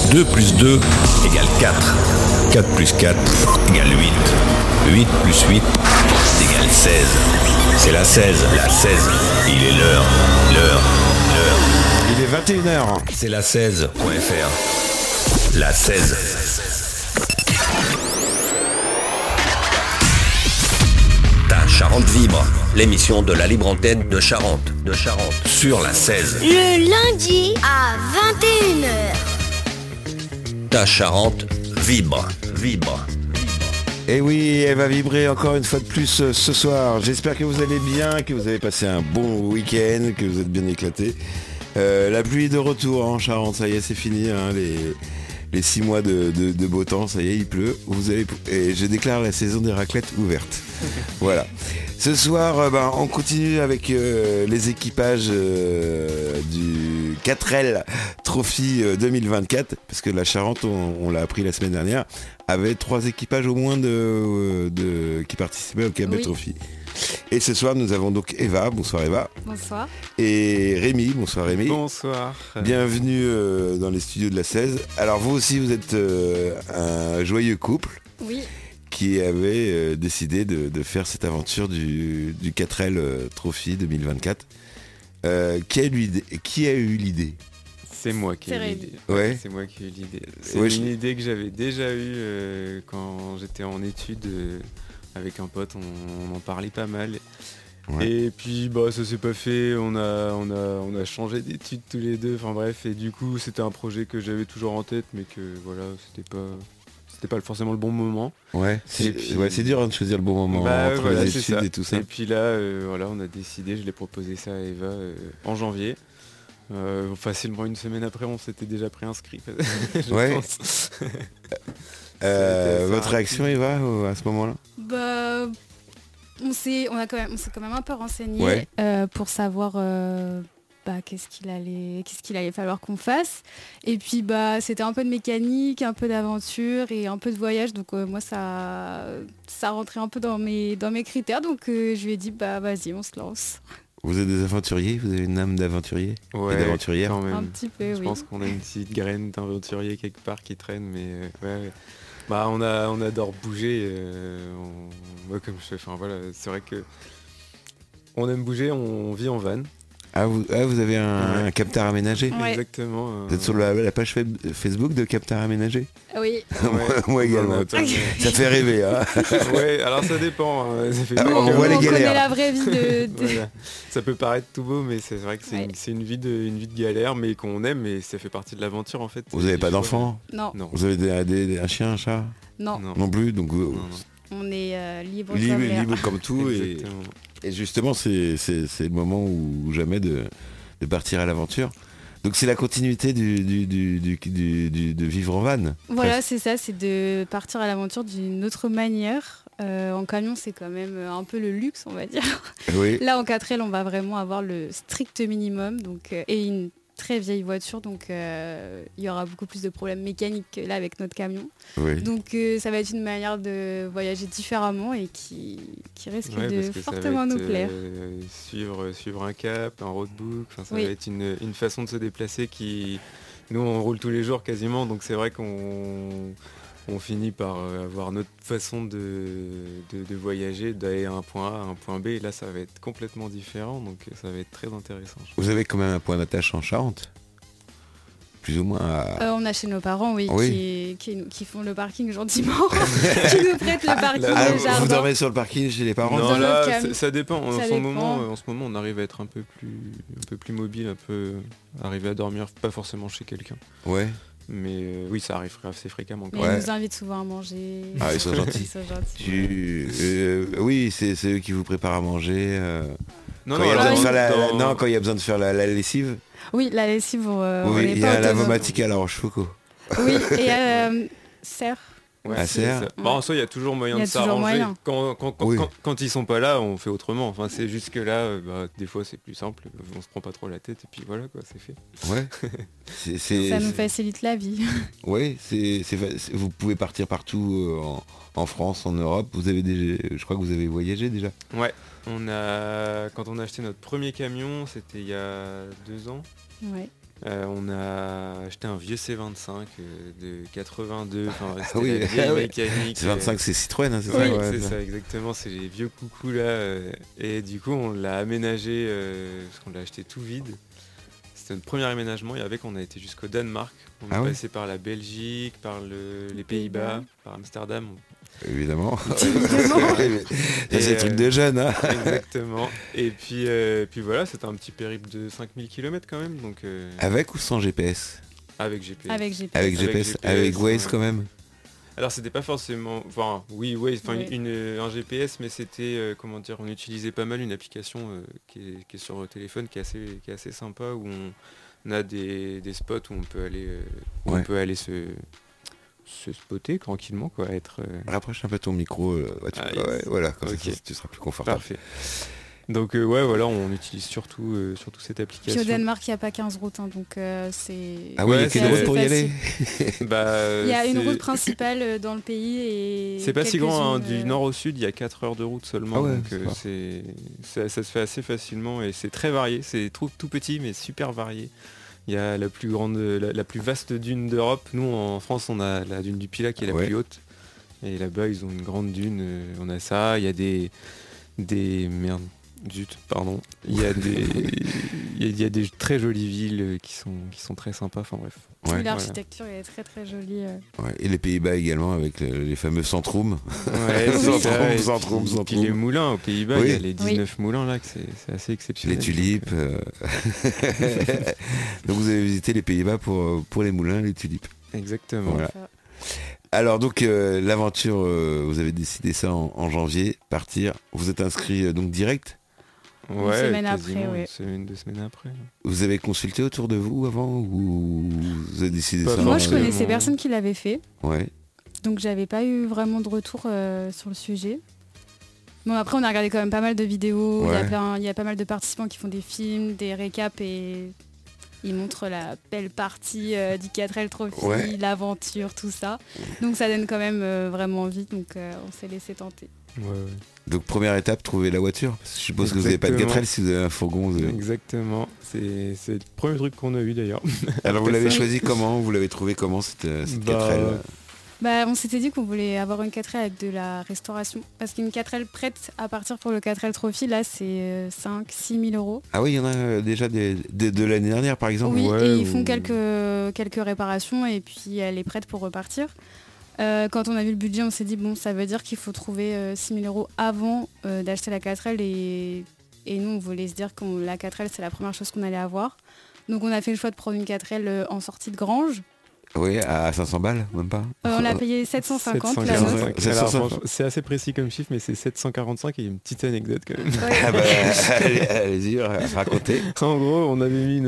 2 plus 2 égale 4. 4 plus 4 égale 8. 8 plus 8 égale 16. C'est la 16. La 16. Il est l'heure. Il est 21h. C'est la 16.fr. La 16. Ta Charente vibre. L'émission de la libre antenne de Charente. Sur la 16. Le lundi à 21h. Ta Charente vibre. Et oui, elle va vibrer encore une fois de plus ce soir. J'espère que vous allez bien, que vous avez passé un bon week-end, que vous êtes bien éclatés. La pluie est de retour en Charente, ça y est, c'est fini. Hein, les 6 mois de beau temps, ça y est, il pleut. Et je déclare la saison des raclettes ouverte. Voilà. Ce soir, on continue avec les équipages du 4L Trophy 2024, parce que la Charente, on l'a appris la semaine dernière, avait 3 équipages au moins qui participaient au 4L Trophy. Et ce soir, nous avons donc Eva. Bonsoir Eva. Bonsoir. Et Rémi. Bonsoir Rémi. Bonsoir. Bienvenue dans les studios de la 16. Alors vous aussi, vous êtes un joyeux couple. Oui. Qui avait décidé de faire cette aventure du 4L Trophy 2024. Qui a eu l'idée ? C'est moi qui ai eu l'idée. Ouais. C'est moi qui ai eu l'idée. C'est une idée que j'avais déjà eue quand j'étais en études avec un pote. On en parlait pas mal. Ouais. Et puis ça s'est pas fait. On a changé d'études tous les deux. Enfin bref. Et du coup c'était un projet que j'avais toujours en tête, mais que voilà, c'était pas forcément le bon moment. Ouais, c'est dur de choisir le bon moment entre les études et tout ça. Et puis là, on a décidé, je l'ai proposé ça à Eva en janvier. Facilement une semaine après, on s'était déjà préinscrit. Ouais. Pense. Votre réaction, Eva, à ce moment-là ? On s'est quand même un peu renseigné pour savoir qu'est-ce qu'il allait falloir qu'on fasse. Et puis c'était un peu de mécanique, un peu d'aventure et un peu de voyage. Donc moi ça rentrait un peu dans mes critères. Donc je lui ai dit vas-y, on se lance. Vous êtes des aventuriers ? Vous avez une âme d'aventurier et d'aventurière ? Quand même. Un petit peu, Je pense qu'on a une petite graine d'aventurier quelque part qui traîne, mais on adore bouger. Comme je fais. Enfin voilà, c'est vrai que on aime bouger. On vit en van. Ah, vous avez un capteur aménagé ? Ouais. Exactement. Vous êtes sur la page Facebook de capteur aménagé ? Oui. Moi également. Ça fait rêver. Hein. Ouais, alors ça dépend. Hein. Ça fait on voit les galères. Connaît la vraie vie de... Voilà. Ça peut paraître tout beau, mais c'est vrai que c'est une vie de galère, mais qu'on aime, et ça fait partie de l'aventure en fait. Vous n'avez pas d'enfants ? Non. Vous avez un chien, un chat ? Non. Non plus, donc... On est libre comme tout. Et justement, c'est le moment ou jamais de partir à l'aventure. Donc c'est la continuité de vivre en van. Voilà, c'est ça, c'est de partir à l'aventure d'une autre manière. En camion, c'est quand même un peu le luxe, on va dire. Oui. Là, en 4L, on va vraiment avoir le strict minimum, et une très vieille voiture, donc il y aura beaucoup plus de problèmes mécaniques que là avec notre camion. Oui. Donc ça va être une manière de voyager différemment et qui risque de fortement nous plaire. Suivre un cap, un roadbook, ça va être une façon de se déplacer qui... Nous on roule tous les jours quasiment, donc c'est vrai qu'on finit par avoir notre façon de voyager, d'aller à un point A à un point B, et là ça va être complètement différent, donc ça va être très intéressant. Vous avez quand même un point d'attache en Charente ? Plus ou moins on a chez nos parents, qui font le parking gentiment, qui nous prêtent le parking de jardin. Vous dormez sur le parking chez les parents ? Non, là, ça dépend. En ce moment, on arrive à être un peu plus mobile, arriver à dormir, pas forcément chez quelqu'un. Ouais. Mais ça arrive assez fréquemment. Mais ils nous invitent souvent à manger. Ah, ils sont gentils. Oui, c'est eux qui vous préparent à manger. Quand il y a besoin de faire la lessive. Oui, la lessive, il y a la vomatique à la Rochefoucauld. Oui, et serre. Ouais, ça, il y a toujours moyen de s'arranger. Quand ils sont pas là, on fait autrement. Enfin, c'est juste que là, des fois c'est plus simple. On se prend pas trop la tête et puis voilà quoi, c'est fait. Ouais. Ça nous facilite la vie. Oui, vous pouvez partir partout en France, en Europe. Je crois que vous avez voyagé déjà. Ouais. Quand on a acheté notre premier camion, c'était il y a 2 ans. Ouais. On a acheté un vieux C25 de 82, c'était Oui, la vieille mécanique. C25 c'est Citroën, hein, c'est Oui, ça c'est ça, exactement, c'est les vieux coucous là. Et du coup on l'a aménagé, parce qu'on l'a acheté tout vide. C'était notre premier aménagement et avec on a été jusqu'au Danemark. On est passé par la Belgique, par les Pays-Bas, par Amsterdam. Évidemment. Et c'est le truc de jeunes. Hein. Exactement. Et puis voilà, c'était un petit périple de 5000 km quand même. Donc, avec ou sans GPS? Avec GPS. Avec GPS, avec Waze quand même. Alors c'était pas forcément... Enfin oui, Waze, un GPS, mais c'était, on utilisait pas mal une application qui est sur le téléphone, qui est assez sympa, où on a des spots où on peut aller se spotter tranquillement, quoi, être... Rapproche un peu ton micro, voilà, comme ça tu seras plus confortable. Parfait. Donc voilà, on utilise surtout cette application. Puis au Danemark, il n'y a pas 15 routes, hein, donc c'est... Ah oui, il y a qu'une route pour y aller. Il y a une route principale dans le pays et... C'est pas si grand, hein, du nord au sud, il y a 4 heures de route seulement, donc ça se fait assez facilement et c'est très varié, c'est tout petit mais super varié. Il y a la plus vaste dune d'Europe. Nous en France on a la dune du Pilat qui est la plus haute. Et là-bas ils ont une grande dune, on a ça, il y a des il y a des très jolies villes qui sont très sympas, enfin bref. Ouais, l'architecture est très très jolie. Et les Pays-Bas également avec les fameux centrum. Centrum. Puis les moulins aux Pays-Bas, il y a les 19 moulins là, que c'est assez exceptionnel. Les tulipes. Donc vous avez visité les Pays-Bas pour les moulins, les tulipes. Exactement. Voilà. Alors donc l'aventure, vous avez décidé ça en janvier, partir. Vous êtes inscrit donc direct? Une semaine après, deux semaines après. Vous avez consulté autour de vous avant ou vous avez décidé ça? Moi je connaissais personne qui l'avait fait. Ouais. Donc j'avais pas eu vraiment de retour sur le sujet. Bon après on a regardé quand même pas mal de vidéos, il y a pas mal de participants qui font des films, des récaps et ils montrent la belle partie du 4L Trophy, l'aventure, tout ça. Donc ça donne quand même vraiment envie, donc on s'est laissé tenter. Donc première étape, trouver la voiture. Parce que je suppose que vous n'avez pas de 4L si vous avez un fourgon. Exactement, c'est le premier truc qu'on a eu d'ailleurs. Alors vous l'avez choisi comment? Vous l'avez trouvé comment cette 4L? On s'était dit qu'on voulait avoir une 4L avec de la restauration. Parce qu'une 4L prête à partir pour le 4L Trophy, là c'est 5-6 000 euros. Ah oui, il y en a déjà de l'année dernière par exemple. Oui, et ils font quelques réparations et puis elle est prête pour repartir. Quand on a vu le budget, on s'est dit ça veut dire qu'il faut trouver 6 000 euros avant d'acheter la 4L et nous on voulait se dire que la 4L c'est la première chose qu'on allait avoir. Donc on a fait le choix de prendre une 4L en sortie de grange. Oui, à 500 balles, même pas. On l'a payé 750 la note. C'est assez précis comme chiffre, mais c'est 745 et il y a une petite anecdote quand même. Allez-y, racontez. En gros, on avait mis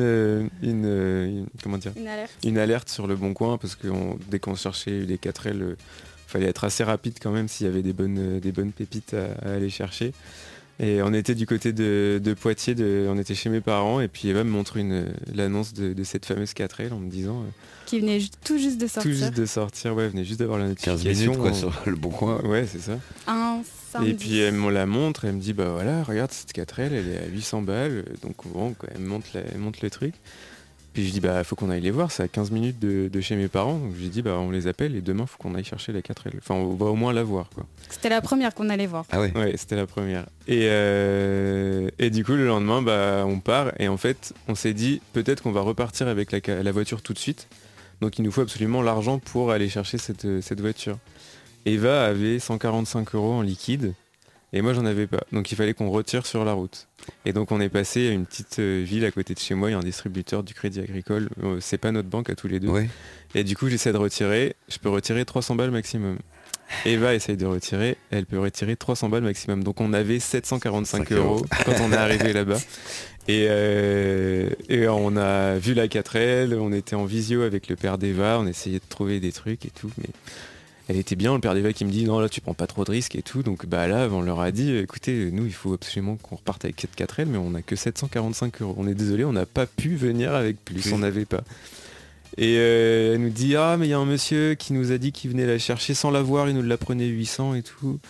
une alerte sur le Bon Coin parce que dès qu'on cherchait les 4L, fallait être assez rapide quand même s'il y avait des bonnes pépites à aller chercher. Et on était du côté de Poitiers, on était chez mes parents et puis Eva me montre l'annonce de cette fameuse 4L en me disant... qui venait tout juste de sortir. Tout juste de sortir, elle venait juste d'avoir la notification. 15 minutes quoi, sur le Bon Coin. Ouais, c'est ça. Un samedi. Et puis elle me la montre, elle me dit voilà, regarde cette 4L, elle est à 800 balles. Donc bon, elle me montre le truc. Puis je dis faut qu'on aille les voir, c'est à 15 minutes de chez mes parents. Donc je lui dis on les appelle et demain faut qu'on aille chercher la 4L. Enfin on va au moins la voir quoi. C'était la première qu'on allait voir. Ah ouais. Ouais, c'était la première. Et du coup le lendemain on part et en fait on s'est dit peut-être qu'on va repartir avec la voiture tout de suite. Donc il nous faut absolument l'argent pour aller chercher cette voiture. Eva avait 145 euros en liquide. Et moi j'en avais pas, donc il fallait qu'on retire sur la route. Et donc on est passé à une petite ville à côté de chez moi, il y a un distributeur du Crédit Agricole, c'est pas notre banque à tous les deux. Ouais. Et du coup j'essaie de retirer, je peux retirer 300 balles maximum. Eva essaye de retirer, elle peut retirer 300 balles maximum. Donc on avait 745 euros quand on est arrivé là-bas. Et on a vu la 4L, on était en visio avec le père d'Eva, on essayait de trouver des trucs et tout, mais... Elle était bien, le père d'Eva qui me dit non là tu prends pas trop de risques et tout, donc là on leur a dit écoutez nous il faut absolument qu'on reparte avec 4L mais on a que 745 euros, on est désolé on n'a pas pu venir avec plus, on n'avait pas. Et elle nous dit mais il y a un monsieur qui nous a dit qu'il venait la chercher sans la voir, il nous la prenait 800 et tout.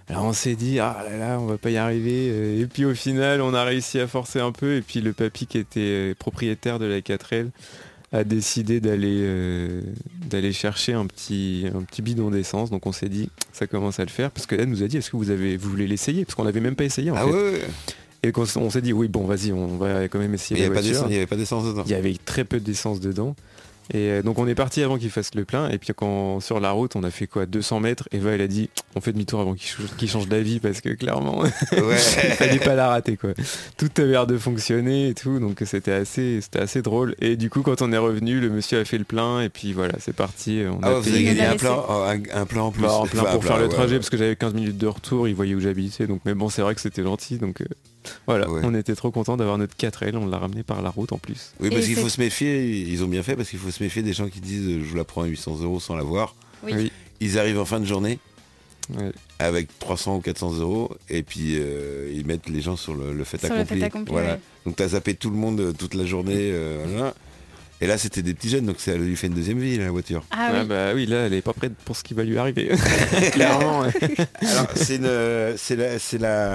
Alors on s'est dit, ah là là, on va pas y arriver. Et puis au final, on a réussi à forcer un peu. Et puis le papy qui était propriétaire de la 4L a décidé d'aller chercher un petit bidon d'essence. Donc on s'est dit, ça commence à le faire. Parce qu'elle nous a dit, est-ce que vous voulez l'essayer? Parce qu'on l'avait même pas essayé en fait. Ouais. Et on s'est dit, oui, bon, vas-y, on va quand même essayer. Il n'y avait pas d'essence dedans. Il y avait très peu d'essence dedans. Et donc on est parti avant qu'il fasse le plein. Et puis quand sur la route, on a fait quoi, 200 mètres. Eva, elle a dit, on fait demi-tour avant qu'il change d'avis parce que clairement, il fallait pas la rater quoi. Tout avait l'air de fonctionner et tout. Donc c'était assez drôle. Et du coup, quand on est revenu, le monsieur a fait le plein. Et puis voilà, c'est parti. Vous avez gagné un plan en plus. Un plein pour faire le trajet parce que j'avais 15 minutes de retour. Il voyait où j'habitais. Donc mais bon, c'est vrai que c'était gentil. Donc voilà, on était trop contents d'avoir notre 4L, on l'a ramené par la route en plus. Oui, parce qu'il faut se méfier, ils ont bien fait, parce qu'il faut se méfier des gens qui disent je vous la prends à 800 € sans la voir. Oui. Ils arrivent en fin de journée avec 300 ou 400 € et puis ils mettent les gens sur le fait accompli. Voilà. Donc t'as zappé tout le monde toute la journée. Voilà. Et là c'était des petits jeunes, donc ça lui fait une deuxième vie la voiture. Bah oui, là elle est pas prête pour ce qui va lui arriver. Clairement. Alors c'est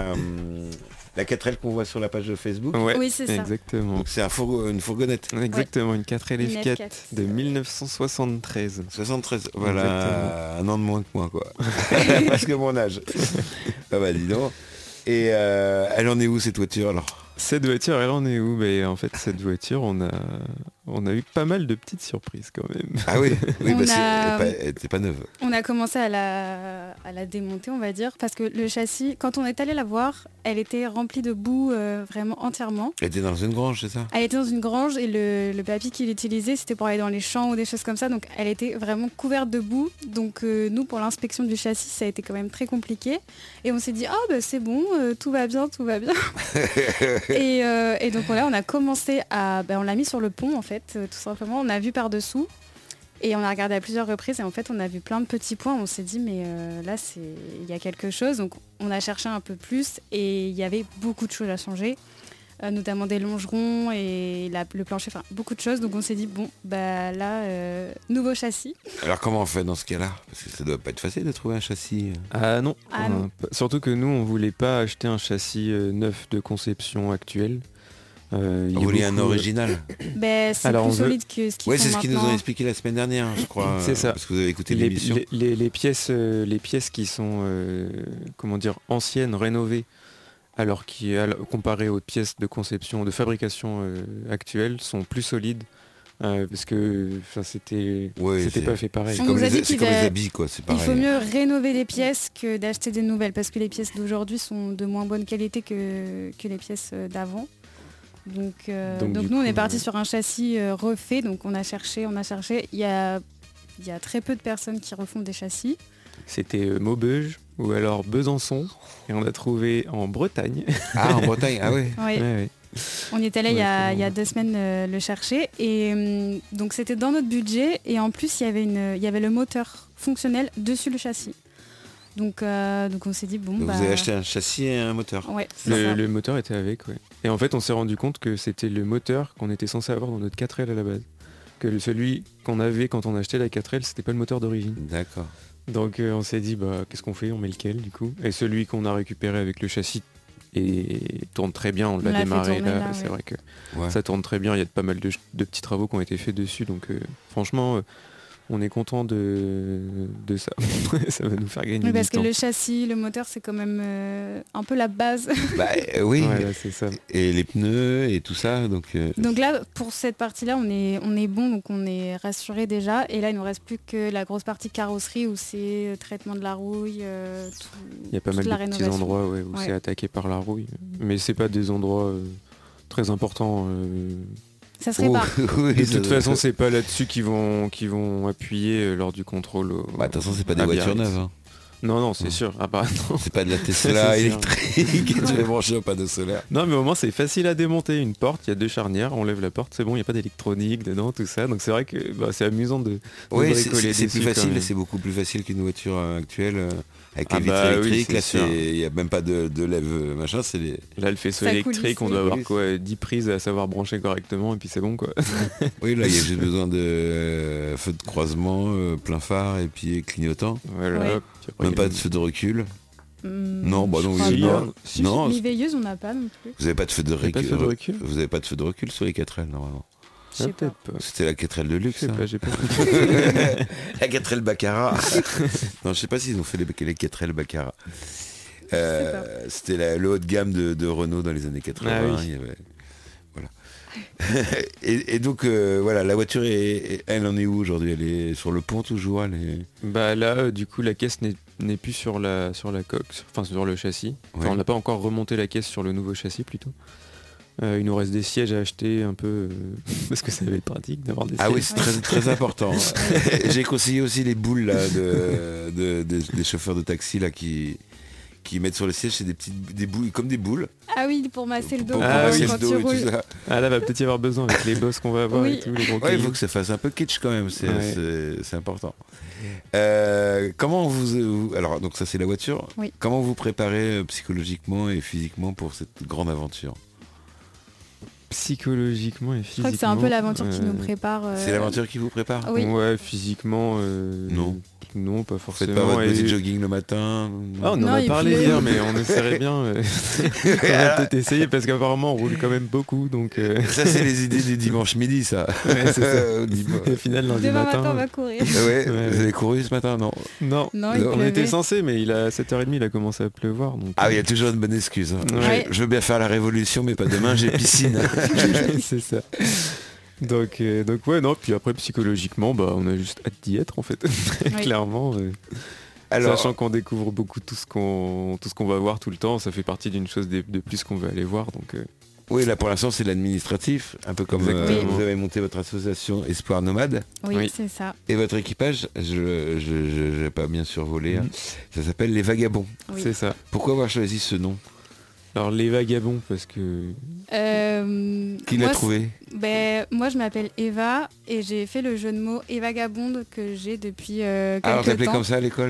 la 4L qu'on voit sur la page de Facebook. Oui, c'est ça. Exactement. Donc c'est une fourgonnette. Exactement, une 4L F4 de 1973. 73, voilà. Exactement. Un an de moins que moi, quoi. Parce que mon âge. Ah bah dis donc. Et elle en est où cette voiture alors? Cette voiture, elle en est où? En fait, cette voiture, on a eu pas mal de petites surprises quand même. Ah oui, elle était pas neuve. On a commencé à la démonter, on va dire, parce que le châssis, quand on est allé la voir, elle était remplie de boue vraiment entièrement. Elle était dans une grange, c'est ça? Elle était dans une grange et le papy qu'il utilisait, c'était pour aller dans les champs ou des choses comme ça, donc elle était vraiment couverte de boue. Donc nous, pour l'inspection du châssis, ça a été quand même très compliqué. Et on s'est dit, c'est bon, tout va bien. Et donc là, on a commencé on l'a mis sur le pont en fait, tout simplement. On a vu par-dessous et on a regardé à plusieurs reprises et en fait, on a vu plein de petits points. On s'est dit, mais là, il y a quelque chose. Donc on a cherché un peu plus et il y avait beaucoup de choses à changer, notamment des longerons et le plancher, enfin beaucoup de choses. Donc on s'est dit, nouveau châssis. Alors comment on fait dans ce cas-là? Parce que ça doit pas être facile de trouver un châssis. Non. Surtout que nous, on voulait pas acheter un châssis neuf de conception actuelle. Vous vouliez un original? C'est plus solide que ce qu'ils font c'est ce qu'ils nous ont expliqué la semaine dernière, je crois. C'est ça. Parce que vous avez écouté l'émission. Les pièces qui sont anciennes, rénovées, alors comparé aux pièces de conception, de fabrication actuelles, sont plus solides. Parce que c'était pas fait pareil. C'est comme les habits, quoi, c'est pareil. Il faut mieux rénover les pièces que d'acheter des nouvelles, parce que les pièces d'aujourd'hui sont de moins bonne qualité que les pièces d'avant. Donc nous on est parti sur un châssis refait, donc on a cherché. Il y a très peu de personnes qui refont des châssis. C'était Maubeuge ou alors Besançon et on a trouvé en Bretagne. Ah, en Bretagne, ah oui. Ouais. On y est allé il y a 2 semaines le chercher et donc c'était dans notre budget et en plus il y avait le moteur fonctionnel dessus le châssis. Donc on s'est dit vous avez acheté un châssis et un moteur. Ouais, le moteur était avec, ouais. Et en fait on s'est rendu compte que c'était le moteur qu'on était censé avoir dans notre 4L à la base. Que celui qu'on avait quand on achetait la 4L, c'était pas le moteur d'origine. D'accord. Donc on s'est dit qu'est-ce qu'on fait? On met lequel du coup? Et celui qu'on a récupéré avec le châssis tourne très bien, on l'a démarré là, c'est vrai que ça tourne très bien, il y a pas mal de petits travaux qui ont été faits dessus, donc franchement on est content de ça. Ça va nous faire gagner du temps. Parce que le châssis, le moteur, c'est quand même un peu la base. Oui, voilà, c'est ça. Et les pneus et tout ça. Donc là, pour cette partie-là, on est bon, donc on est rassuré déjà. Et là, il ne nous reste plus que la grosse partie carrosserie où c'est traitement de la rouille. Il y a pas mal de petits endroits où c'est attaqué par la rouille. Mais c'est pas des endroits très importants. Ça se répare. De toute façon, c'est pas là-dessus qu'ils vont appuyer lors du contrôle. De toute façon, c'est pas des voitures neuves. Hein. Non, c'est sûr. Non. C'est pas de la Tesla électrique et tu vas brancher un panneau solaire. Non, mais au moins, c'est facile à démonter. Une porte, il y a 2 charnières, on lève la porte, c'est bon, il n'y a pas d'électronique dedans, tout ça. Donc c'est vrai que c'est amusant de bricoler. C'est plus facile, c'est beaucoup plus facile qu'une voiture actuelle. Avec les vitres électriques, là il n'y a même pas de lève machin, c'est les... Là le faisceau électrique, on doit avoir 10 prises à savoir brancher correctement et puis c'est bon quoi. Oui, là il y a juste besoin de feu de croisement, plein phare et puis clignotant. Voilà. Même pas de feu de recul. Non, bah non, non. Les veilleuses, on n'a pas non plus. Vous n'avez pas de feu de recul. Vous n'avez pas de feu de recul sur les 4L normalement. Peut-être pas. C'était la 4L de luxe. J'ai pas la 4L Baccarat. Non, je sais pas s'ils ont fait les 4L Baccarat. C'était le haut de gamme de Renault dans les années 80. Ah, oui. Il y avait... Voilà. et donc voilà, la voiture elle en est où aujourd'hui? Elle est sur le pont toujours? Bah là du coup la caisse n'est plus sur la coque, enfin sur le châssis. Enfin, on n'a pas encore remonté la caisse sur le nouveau châssis plutôt. Il nous reste des sièges à acheter un peu parce que ça va être pratique d'avoir des sièges. Ah oui, c'est très, très important. J'ai conseillé aussi les boules là, des chauffeurs de taxi là, qui mettent sur le siège, c'est des boules, comme des boules. Ah oui, pour masser le dos. Quand tu roules. Ah là, va peut-être y avoir besoin avec les bosses qu'on va avoir et tout. Il faut que ça fasse un peu kitsch quand même, c'est important. Comment alors donc ça c'est la voiture. Oui. Comment vous préparez psychologiquement et physiquement pour cette grande aventure? Psychologiquement et physiquement. Je crois que c'est un peu l'aventure qui nous prépare. C'est l'aventure qui vous prépare? Oui. Ouais, physiquement. Non, pas forcément. Faites pas votre petit jogging le matin? Ah, on en a parlé hier, mais on essaierait bien. On va peut-être essayer parce qu'apparemment on roule quand même beaucoup. Donc, ça c'est les idées du dimanche midi, ça. Ouais, c'est ça. Au final, lundi matin, on va courir. Ouais. Vous avez couru ce matin? Non, on était censé, mais à 7h30 il a commencé à pleuvoir. Donc, il y a toujours une bonne excuse. Hein. Ouais. Je veux bien faire la révolution, mais pas demain, j'ai piscine. C'est ça. Donc ouais, non, puis après psychologiquement, on a juste hâte d'y être en fait. Clairement. Alors, sachant qu'on découvre beaucoup tout ce qu'on va voir tout le temps, ça fait partie d'une chose de plus qu'on veut aller voir. Donc, oui, là pour l'instant c'est l'administratif, un peu comme vous avez monté votre association Espoir Nomade. Oui, c'est ça. Et votre équipage, je n'ai pas bien survolé, ça s'appelle Les Vagabonds. Oui. C'est ça. Pourquoi avoir choisi ce nom? Alors Les Vagabonds parce que... Qui l'a trouvé? Moi je m'appelle Eva et j'ai fait le jeu de mots et vagabonde que j'ai depuis quelques temps. Alors t'appelais comme ça à l'école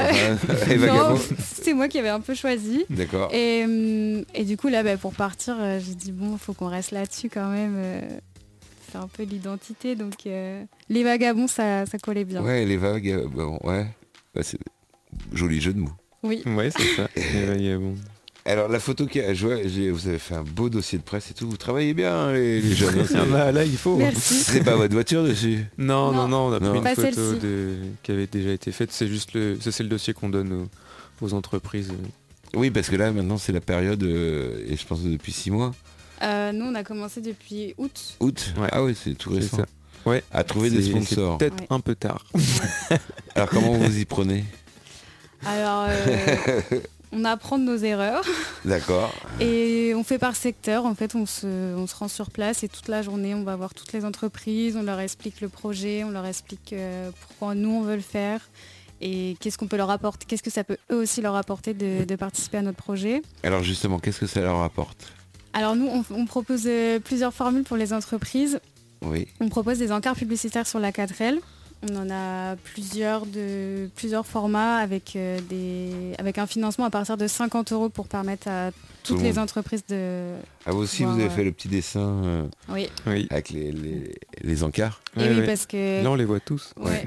Non, c'est moi qui avais un peu choisi. D'accord. Et du coup là pour partir j'ai dit faut qu'on reste là-dessus quand même. C'est un peu l'identité donc les vagabonds ça collait bien. Ouais, les vagabonds, ouais. C'est joli jeu de mots. Oui. Ouais, c'est ça. Les vagabonds. Alors la photo vous avez fait un beau dossier de presse et tout, vous travaillez bien les jeunes. Là il faut. Merci. C'est pas votre voiture dessus? Non, on a pris une photo qui avait déjà été faite. C'est juste c'est le dossier qu'on donne aux entreprises. Oui, parce que là maintenant c'est la période et je pense depuis 6 mois. Nous on a commencé depuis août. Août. Ouais. Ah oui, c'est tout récent. Ouais. À trouver des sponsors. C'est peut-être un peu tard. Alors comment vous y prenez? Alors on apprend de nos erreurs. D'accord. Et on fait par secteur. En fait, on se rend sur place et toute la journée, on va voir toutes les entreprises, on leur explique le projet, on leur explique pourquoi nous, on veut le faire et qu'est-ce qu'on peut leur apporter, qu'est-ce que ça peut eux aussi leur apporter de participer à notre projet. Alors justement, qu'est-ce que ça leur apporte? Alors nous, on propose plusieurs formules pour les entreprises. Oui. On propose des encarts publicitaires sur la 4L. On en a plusieurs formats avec un financement à partir de 50 € pour permettre à toutes les entreprises de... Ah vous aussi, vous avez fait le petit dessin oui. Avec les encarts. Et oui, parce que... Là, on les voit tous. Ouais.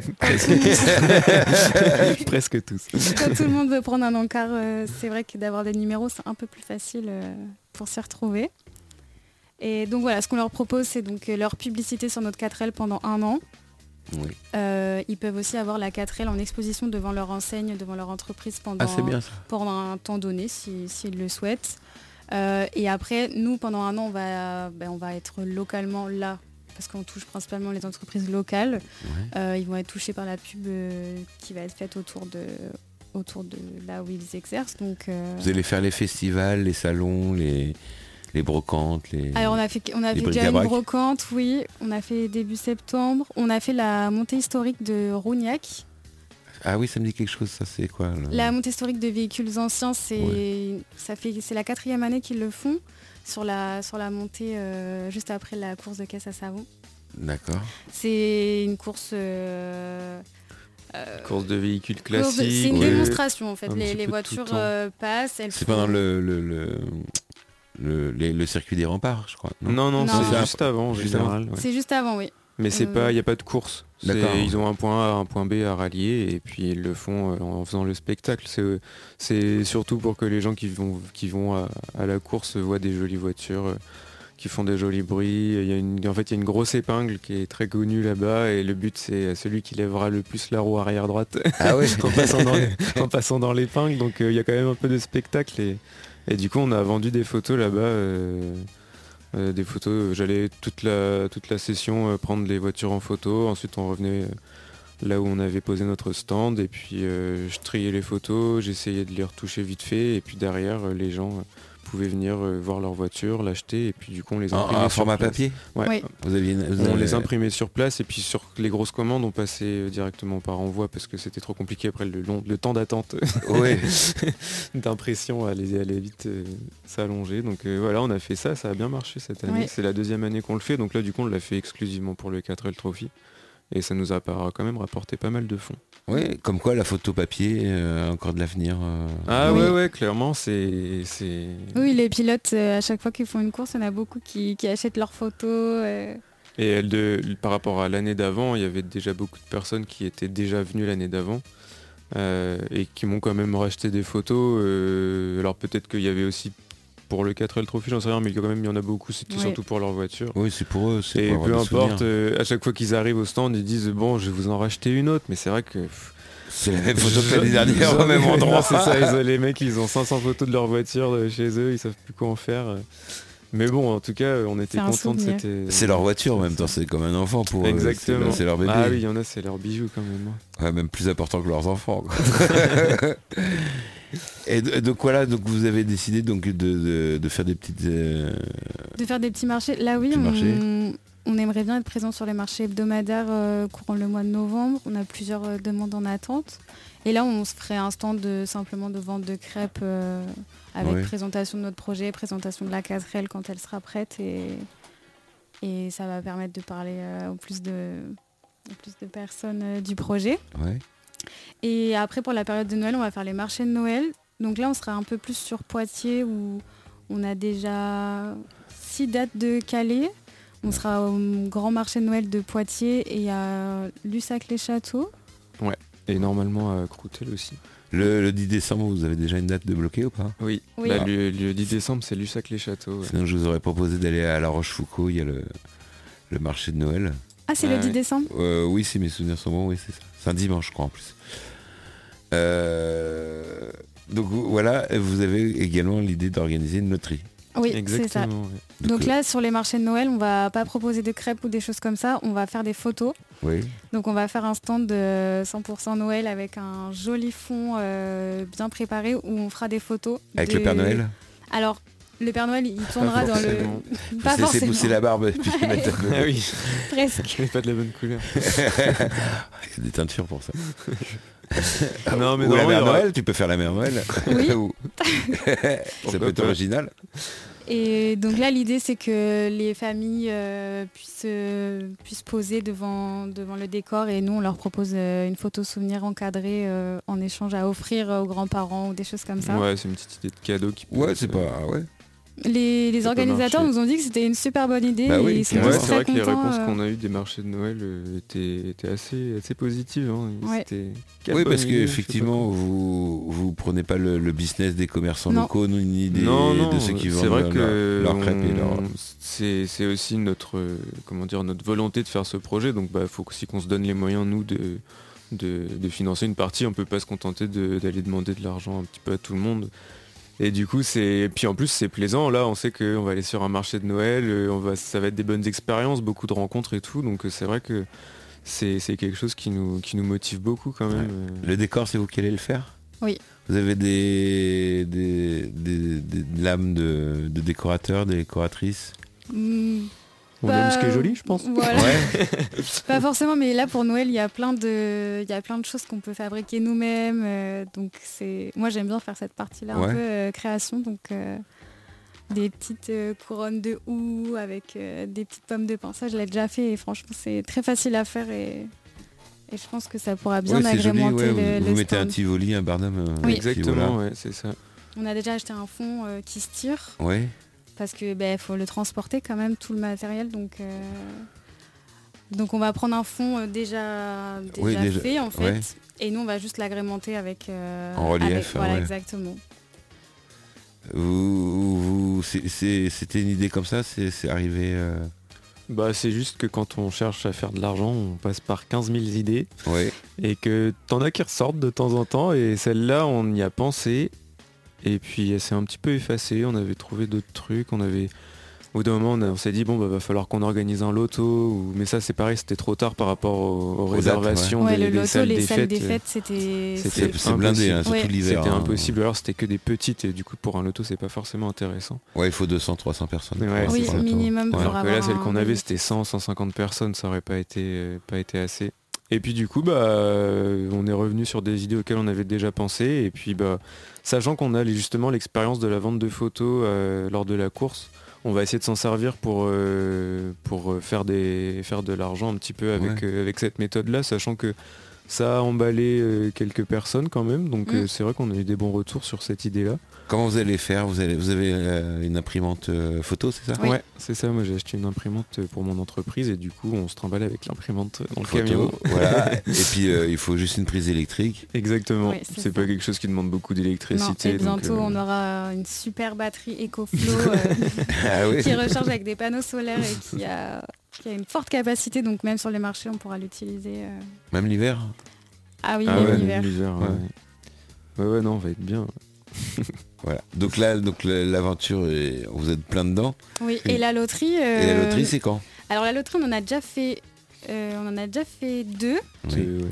Presque tous. Quand tout le monde veut prendre un encart, c'est vrai que d'avoir des numéros, c'est un peu plus facile pour s'y retrouver. Et donc voilà, ce qu'on leur propose, c'est donc leur publicité sur notre 4L pendant 1 an. Oui. Ils peuvent aussi avoir la 4L en exposition devant leur enseigne, devant leur entreprise pendant un temps donné s'ils le souhaitent. Et après, nous, pendant 1 an, on va être localement là, parce qu'on touche principalement les entreprises locales. Ouais. Ils vont être touchés par la pub qui va être faite autour de là où ils exercent. Donc, vous allez faire les festivals, les salons, les brocantes, Alors on a fait déjà une brocante, oui. On a fait début septembre. On a fait la montée historique de Rougnac. Ah oui, ça me dit quelque chose, ça c'est quoi La montée historique de véhicules anciens, c'est la 4e année qu'ils le font sur la montée juste après la course de caisse à savon. D'accord. C'est une course... course de véhicules classiques. C'est une démonstration en fait. Les voitures passent. C'est pendant le circuit des remparts, je crois. Non, c'est juste avant en général. Ouais. C'est juste avant, oui. Mais il n'y a pas de course. Ils ont un point A, un point B à rallier et puis ils le font en faisant le spectacle. C'est surtout pour que les gens qui vont à la course voient des jolies voitures, qui font des jolis bruits. Il y a une grosse épingle qui est très connue là-bas et le but c'est celui qui lèvera le plus la roue arrière droite en passant dans l'épingle. Donc il y a quand même un peu de spectacle et du coup on a vendu des photos là-bas. Des photos, j'allais toute la session prendre les voitures en photo, ensuite on revenait là où on avait posé notre stand et puis je triais les photos, j'essayais de les retoucher vite fait et puis derrière les gens pouvaient venir voir leur voiture, l'acheter et puis du coup on les imprimait en sur format place. papier. Oui. On les imprimait sur place et puis sur les grosses commandes on passait directement par envoi parce que c'était trop compliqué après le temps d'attente d'impression allait vite s'allonger. Donc voilà, on a fait ça a bien marché cette année. Oui. C'est la 2e année qu'on le fait, donc là du coup on l'a fait exclusivement pour le 4L Trophy et ça nous a quand même rapporté pas mal de fonds. Oui, comme quoi la photo papier, encore de l'avenir. Ouais, clairement c'est... Oui, les pilotes, à chaque fois qu'ils font une course, il y en a beaucoup qui achètent leurs photos. Et par rapport à l'année d'avant, il y avait déjà beaucoup de personnes qui étaient déjà venues l'année d'avant et qui m'ont quand même racheté des photos. Alors peut-être qu'il y avait aussi pour le 4L Trophy, j'en sais rien, mais quand même il y en a beaucoup, c'était surtout pour leur voiture. Oui, c'est pour eux. Et peu importe, à chaque fois qu'ils arrivent au stand, ils disent bon, je vais vous en racheter une autre, mais c'est vrai que... c'est la même photo que l'année dernière au même endroit. C'est ça, les mecs ils ont 500 photos de leur voiture chez eux, ils savent plus quoi en faire. Mais bon, en tout cas, on était contents de cette... C'est leur voiture en même temps, c'est comme un enfant pour eux. Exactement. C'est leur bébé. Ah oui, il y en a, c'est leur bijou quand même. Ouais, même plus important que leurs enfants. Et donc voilà, donc vous avez décidé donc de faire des petites... De faire des petits marchés. Là oui, on aimerait bien être présent sur les marchés hebdomadaires courant le mois de novembre. On a plusieurs demandes en attente. Et là, on se ferait un stand simplement de vente de crêpes avec présentation de notre projet, présentation de la 4L quand elle sera prête. Et ça va permettre de parler au plus de personnes du projet. Ouais. Et après, pour la période de Noël, on va faire les marchés de Noël. Donc là, on sera un peu plus sur Poitiers où on a déjà 6 dates de calées. On sera au grand marché de Noël de Poitiers et à Lussac-les-Châteaux. Ouais, et normalement à Croutelle aussi. Le 10 décembre, vous avez déjà une date de bloquée ou pas ? Oui. Bah, le 10 décembre, c'est Lussac-les-Châteaux. Ouais. Sinon, je vous aurais proposé d'aller à La Rochefoucauld, il y a le marché de Noël. Ah, c'est le 10 décembre ? Oui, si mes souvenirs sont bons, oui, c'est ça. C'est un dimanche, je crois, en plus. Donc voilà, vous avez également l'idée d'organiser une loterie. Oui, exactement, c'est ça. Ouais. Donc là, sur les marchés de Noël, on va pas proposer de crêpes ou des choses comme ça, on va faire des photos. Oui. Donc on va faire un stand de 100% Noël avec un joli fond bien préparé où on fera des photos. Avec le Père Noël ? Alors, le Père Noël, il tournera dans le... Pas c'est forcément. pousser la barbe et puis mettre la... Ah oui. Presque. Il n'est pas de la bonne couleur. Il y a des teintures pour ça. Non, mais ou la Mère aura... Noël, tu peux faire la Mère Noël. Oui. Ça peut être original. Et donc là, l'idée, c'est que les familles puissent poser devant le décor et nous, on leur propose une photo souvenir encadrée en échange à offrir aux grands-parents ou des choses comme ça. Ouais, c'est une petite idée de cadeau qui peut... Ouais, c'est pas... Ouais. Les organisateurs nous ont dit que c'était une super bonne idée. Bah oui, et ils sont c'est tous vrai très que les contents, réponses qu'on a eues des marchés de Noël étaient assez positives. Hein. Ouais. Oui, parce qu'effectivement, vous prenez pas le business des commerçants locaux, ni de ceux qui vendent leur crêpes et leur... C'est aussi notre volonté de faire ce projet. Donc il faut aussi qu'on se donne les moyens, nous, de financer une partie. On peut pas se contenter d'aller demander de l'argent un petit peu à tout le monde. Et du coup, puis en plus, c'est plaisant. Là, on sait qu'on va aller sur un marché de Noël, ça va être des bonnes expériences, beaucoup de rencontres et tout. Donc c'est vrai que c'est quelque chose qui nous motive beaucoup quand même. Ouais. Le décor, c'est vous qui allez le faire ? Oui. Vous avez des lames de décorateurs, des décoratrices ? On aime ce qui est joli, je pense. Voilà. Ouais. Pas forcément, mais là pour Noël, il y a plein de choses qu'on peut fabriquer nous-mêmes. Donc moi j'aime bien faire cette partie-là un peu création. Donc des petites couronnes de houx avec des petites pommes de pin. Ça, je l'ai déjà fait et franchement c'est très facile à faire et je pense que ça pourra bien agrémenter le vous mettez stand. un Tivoli, un Barnum. Oui. Exactement, ouais, c'est ça. On a déjà acheté un fond qui se tire. Ouais. Parce que faut le transporter quand même, tout le matériel. Donc Donc on va prendre un fond déjà fait en fait. Ouais. Et nous on va juste l'agrémenter avec... en relief. Voilà, exactement. C'était une idée comme ça, c'est arrivé... c'est juste que quand on cherche à faire de l'argent, on passe par 15 000 idées. Ouais. Et que t'en as qui ressortent de temps en temps. Et celle-là, on y a pensé. Et puis elle s'est un petit peu effacée. On avait trouvé d'autres trucs. Au bout d'un moment, on s'est dit, va falloir qu'on organise un loto. Mais ça, c'est pareil, c'était trop tard par rapport aux réservations des salles des fêtes. C'est blindé, surtout l'hiver. C'était impossible. Alors c'était que des petites. Et du coup, pour un loto, c'est pas forcément intéressant. Ouais, il faut 200-300 personnes. Oui, minimum pour avoir là, celle qu'on avait, c'était 100-150 personnes. Ça aurait pas été assez. Et puis du coup, on est revenu sur des idées auxquelles on avait déjà pensé. Et puis, sachant qu'on a justement l'expérience de la vente de photos lors de la course, on va essayer de s'en servir pour faire de l'argent un petit peu avec cette méthode-là, sachant que ça a emballé quelques personnes quand même. Donc c'est vrai qu'on a eu des bons retours sur cette idée-là. Comment vous allez faire ? Vous avez une imprimante photo, c'est ça ? Oui. Ouais, c'est ça. Moi j'ai acheté une imprimante pour mon entreprise et du coup on se trimballe avec l'imprimante dans le camion. Voilà. Et puis il faut juste une prise électrique. Exactement. Ouais, c'est pas quelque chose qui demande beaucoup d'électricité. Et bientôt on aura une super batterie EcoFlow qui recharge avec des panneaux solaires et qui a une forte capacité. Donc même sur les marchés on pourra l'utiliser. Même l'hiver ? Ah oui, même l'hiver. Ouais, non, on va être bien. Voilà. Donc l'aventure, vous êtes plein dedans. Oui. Et la loterie. Et la loterie, c'est quand ? Alors la loterie, on en a déjà fait 2. Oui.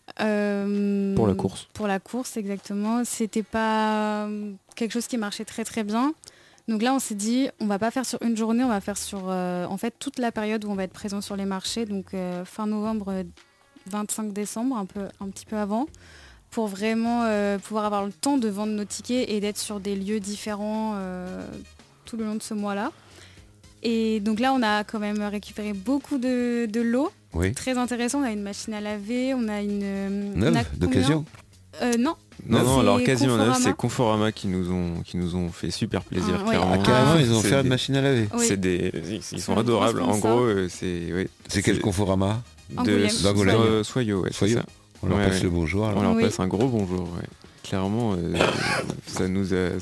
Pour la course. Pour la course, exactement. C'était pas quelque chose qui marchait très très bien. Donc là, on s'est dit, on va pas faire sur une journée, on va faire sur en fait toute la période où on va être présent sur les marchés. Donc fin novembre, 25 décembre, un petit peu avant. Pour vraiment pouvoir avoir le temps de vendre nos tickets et d'être sur des lieux différents tout le long de ce mois-là. Et donc là, on a quand même récupéré beaucoup de lots. Oui. Très intéressant. On a une machine à laver, on a une... Neuve, d'occasion ? Non. Non, alors quasiment neuf, c'est Conforama qui nous ont fait super plaisir. Carrément, ils ont fait une machine à laver. Oui. Ils sont adorables. En gros, c'est quel Conforama ? D'Angoulême. Soyo, c'est ça. On leur passe le bonjour. On leur passe un gros bonjour. Ouais. Clairement, ça nous a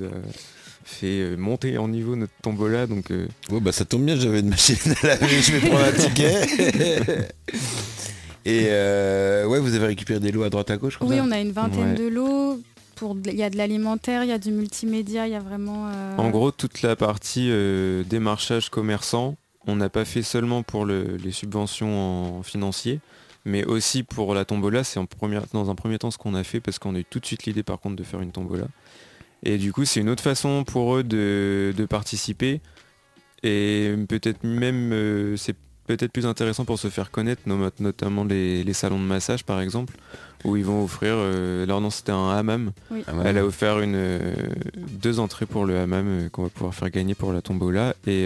fait monter en niveau notre tombola. Donc, ça tombe bien, j'avais une machine à laver, je vais prendre un ticket. Et vous avez récupéré des lots à droite à gauche comme ça ? On a une vingtaine de lots. Il y a de l'alimentaire, il y a du multimédia, il y a vraiment... En gros, toute la partie démarchage commerçant, on n'a pas fait seulement pour les subventions en financier, mais aussi pour la tombola. C'est dans un premier temps ce qu'on a fait, parce qu'on a eu tout de suite l'idée par contre de faire une tombola. Et du coup c'est une autre façon pour eux de participer, et peut-être même c'est peut-être plus intéressant pour se faire connaître, notamment les salons de massage par exemple, où ils vont offrir, alors non c'était un hammam, oui. Elle a offert 2 entrées pour le hammam qu'on va pouvoir faire gagner pour la tombola, et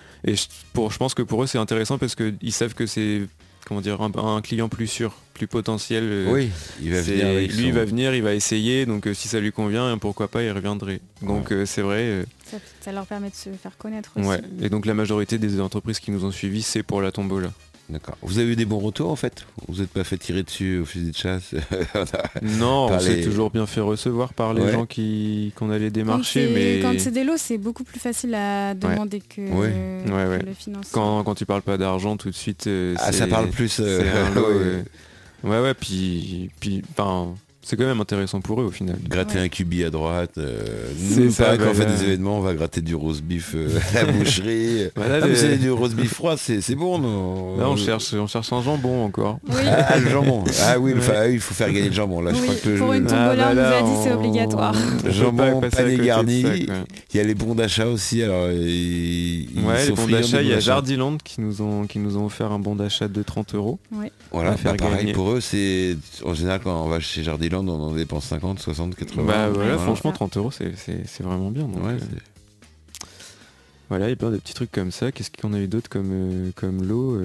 je pense que pour eux c'est intéressant parce qu'ils savent que c'est un client plus sûr, plus potentiel. Oui, il va venir. Il va venir, il va essayer, donc si ça lui convient, pourquoi pas, il reviendrait. Donc c'est vrai. Ça leur permet de se faire connaître aussi. Ouais. Et donc la majorité des entreprises qui nous ont suivis, c'est pour la tombola. D'accord. Vous avez eu des bons retours en fait ? Vous n'êtes pas fait tirer dessus au fusil de chasse ? Non, on s'est toujours bien fait recevoir par les gens qu'on allait démarcher. Quand c'est des lots, c'est beaucoup plus facile à demander que le financement. Quand tu parles pas d'argent, tout de suite... ça parle plus... c'est un lot, puis c'est quand même intéressant pour eux au final. Gratter un cubi à droite. Nous, quand on fait des événements, on va gratter du roast beef à la boucherie. Mais c'est du roast beef froid, c'est bon, non ? Là, on cherche un jambon encore. Oui. Le jambon. Ah oui, il faut faire gagner le jambon. Là, je crois que pour une tombola, on nous a dit c'est obligatoire. Jambon, pané garni. Il y a les bons d'achat aussi. Alors, les bons d'achat, il y a Jardiland qui nous ont offert un bon d'achat de 30 €. Oui. Voilà, pareil pour eux, c'est en général quand on va chez Jardiland, on en dépense 50, 60, 80. Franchement 30 €, c'est vraiment bien. Donc, voilà, il y a plein de petits trucs comme ça. Qu'est-ce qu'on a eu d'autre comme lot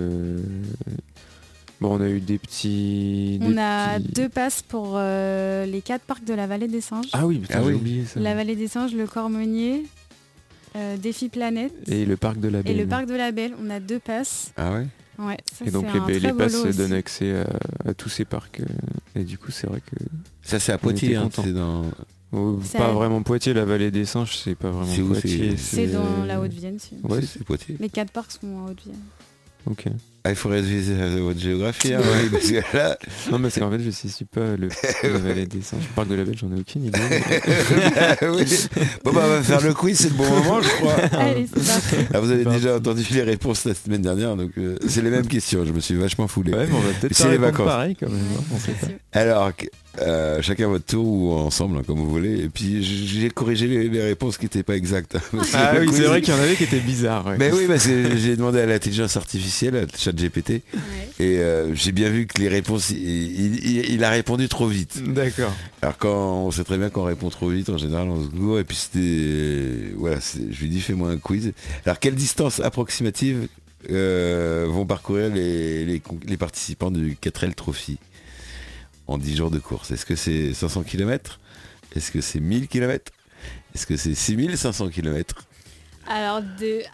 on a eu des petits... On a 2 passes pour les 4 parcs de la Vallée des Singes. Ah oui, j'ai oublié ça. La Vallée des Singes, le Cormonier, Défi Planète. Et le parc de la Belle. On a 2 passes. Ah ouais. Ouais, ça, et donc les passes donnent accès à tous ces parcs. Et du coup, c'est vrai que... Ça, c'est à Poitiers, c'est dans... Pas vraiment Poitiers, la vallée des Singes, c'est pas vraiment Poitiers. C'est dans la Haute-Vienne. Ouais, c'est Poitiers. Les 4 parcs sont en Haute-Vienne. Ok. Ah, il faudrait viser votre géographie, parce que là... Non, mais c'est qu'en fait, je ne suis pas la vallée des Singes. Le parc de la Belle, j'en ai aucune idée. Oui. Bon, on va faire le quiz, c'est le bon moment, je crois. Allez, c'est parti. Vous avez déjà entendu les réponses la semaine dernière, donc c'est les mêmes questions, je me suis vachement foulé. Ouais, mais on va peut-être c'est les vacances. Pareil, quand même. On sait pas. Alors, chacun votre tour ou ensemble, comme vous voulez. Et puis, j'ai corrigé les réponses qui n'étaient pas exactes. Ah oui, c'est vrai qu'il y en avait qui étaient bizarres. Ouais. Mais oui, parce que j'ai demandé à l'intelligence artificielle, à ChatGPT, et j'ai bien vu que les réponses, il a répondu trop vite. D'accord. Alors on sait très bien qu'on répond trop vite, en général on se gourre, et puis c'était... Voilà, je lui dis fais-moi un quiz. Alors quelle distance approximative vont parcourir les participants du 4L Trophy en 10 jours de course? Est-ce que c'est 500 km? Est-ce que c'est 1000 km? Est-ce que c'est 6500 km? Alors de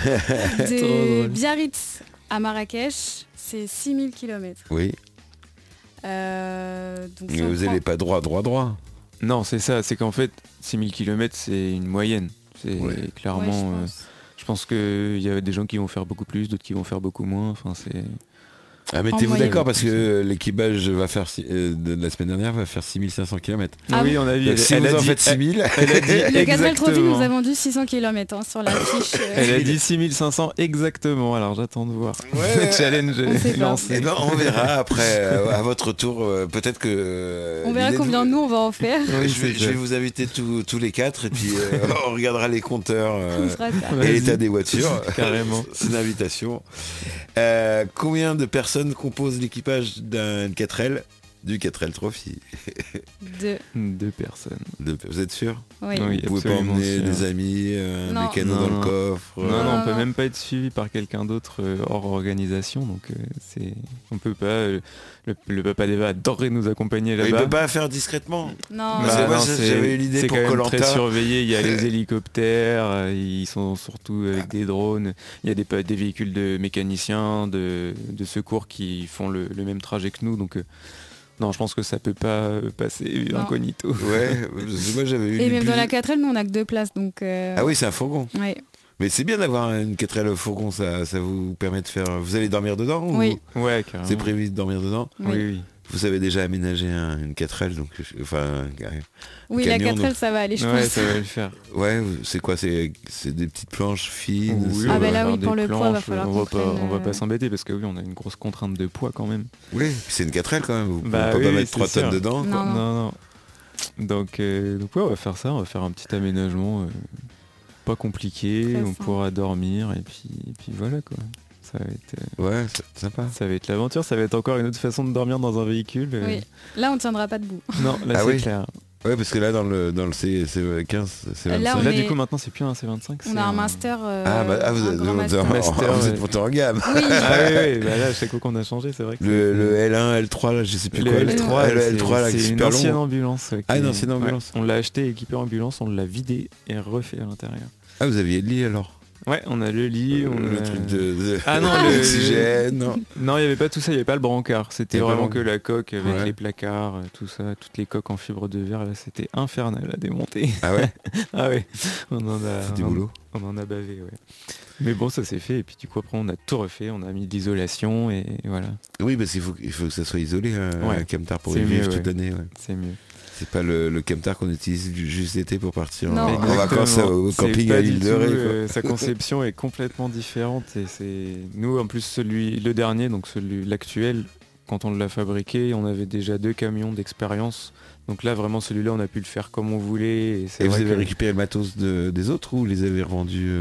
Biarritz à Marrakech, c'est 6000 km. Oui. Donc mais vous n'allez pas droit. Non, c'est ça, c'est qu'en fait 6000 km c'est une moyenne. C'est clairement... je pense qu'il y a des gens qui vont faire beaucoup plus, d'autres qui vont faire beaucoup moins. Enfin, c'est... Ah, mettez-vous d'accord parce que l'équipage va faire de la semaine dernière va faire 6500 km. Ah oui, on a vu. Si vous en faites 6000, elle a dit le 4L Trophy exactement. nous a vendu 600 km sur la fiche. Elle a dit 6500 exactement. Alors j'attends de voir. Ouais. Challenge est lancé. Et ben, on verra après à votre tour. Peut-être que. On verra combien nous on va en faire. Oui, je vais vous inviter tous les 4 et puis on regardera les compteurs et l'état des voitures. Carrément. C'est une invitation. Combien de personnes composent l'équipage d'un 4L du 4L Trophy? Deux personnes. Vous êtes sûr? Oui. Vous pouvez pas emmener des amis, un mécano dans le coffre? Non, on peut même pas être suivi par quelqu'un d'autre hors organisation, donc on peut pas. Le papa d'Eva adorerait nous accompagner là-bas. Il peut pas faire discrètement. Non. J'avais eu l'idée pour Koh-Lanta. C'est quand même très surveillé. Il y a les hélicoptères, ils sont surtout avec des drones. Il y a des véhicules de mécaniciens, de secours qui font le même trajet que nous, donc. Non, je pense que ça peut pas passer incognito. Ouais, moi j'avais eu. Et même dans la 4L, nous on a que 2 places, donc. Ah oui, c'est un fourgon. Ouais. Mais c'est bien d'avoir une 4L au fourgon, ça vous permet de faire... Vous allez dormir dedans? Oui. Ouais, carrément. C'est prévu de dormir dedans? Oui. Vous avez déjà aménagé une 4L, donc... Enfin... Oui, camion, la 4L, donc... ça va aller, je pense. Ouais, ça va le faire. Ouais, c'est quoi? C'est des petites planches fines? Oui, ah ben là, oui, pour le poids, il va falloir on va pas s'embêter, parce que oui, on a une grosse contrainte de poids quand même. Oui, c'est une 4L quand même, vous pouvez pas mettre 3 tonnes dedans. Non. Donc ouais, on va faire ça, on va faire un petit aménagement pas compliqué, on pourra dormir, et puis voilà quoi. Ça va être ouais, c'est sympa. Ça va être l'aventure, ça va être encore une autre façon de dormir dans un véhicule. Oui, là on tiendra pas debout. Non, là c'est clair. Ouais, parce que là dans le C15, C25. Là du coup maintenant c'est plus un C25. On a un master. Vous êtes monté en gamme. Oui. Oui. Bah là chaque fois qu'on a changé, c'est vrai que le L1, L3, là je sais plus le quoi. L3, c'est une ancienne ambulance. Une ancienne ambulance. On l'a acheté équipé ambulance, on l'a vidé et refait à l'intérieur. Ah, vous aviez le lit alors? Ouais, on a le lit, le truc de l'oxygène. Non, il n'y avait pas tout ça, il n'y avait pas le brancard. C'était vraiment que la coque avec les placards, tout ça, toutes les coques en fibre de verre. Là, c'était infernal à démonter. Ah ouais? Ah ouais. On en a bavé, ouais. Mais bon, ça s'est fait. Et puis du coup, après, on a tout refait. On a mis de l'isolation et voilà. Oui, parce qu'il faut que ça soit isolé, un camtar pour y vivre toute l'année. Ouais. C'est mieux. C'est pas le camtar qu'on utilise juste l'été pour partir en vacances au camping à l'île de Ré. Sa conception est complètement différente et c'est nous en plus le dernier, donc l'actuel, quand on l'a fabriqué, on avait déjà 2 camions d'expérience. Donc là vraiment celui-là on a pu le faire comme on voulait. Et vous avez récupéré le matos des autres ou les avez revendus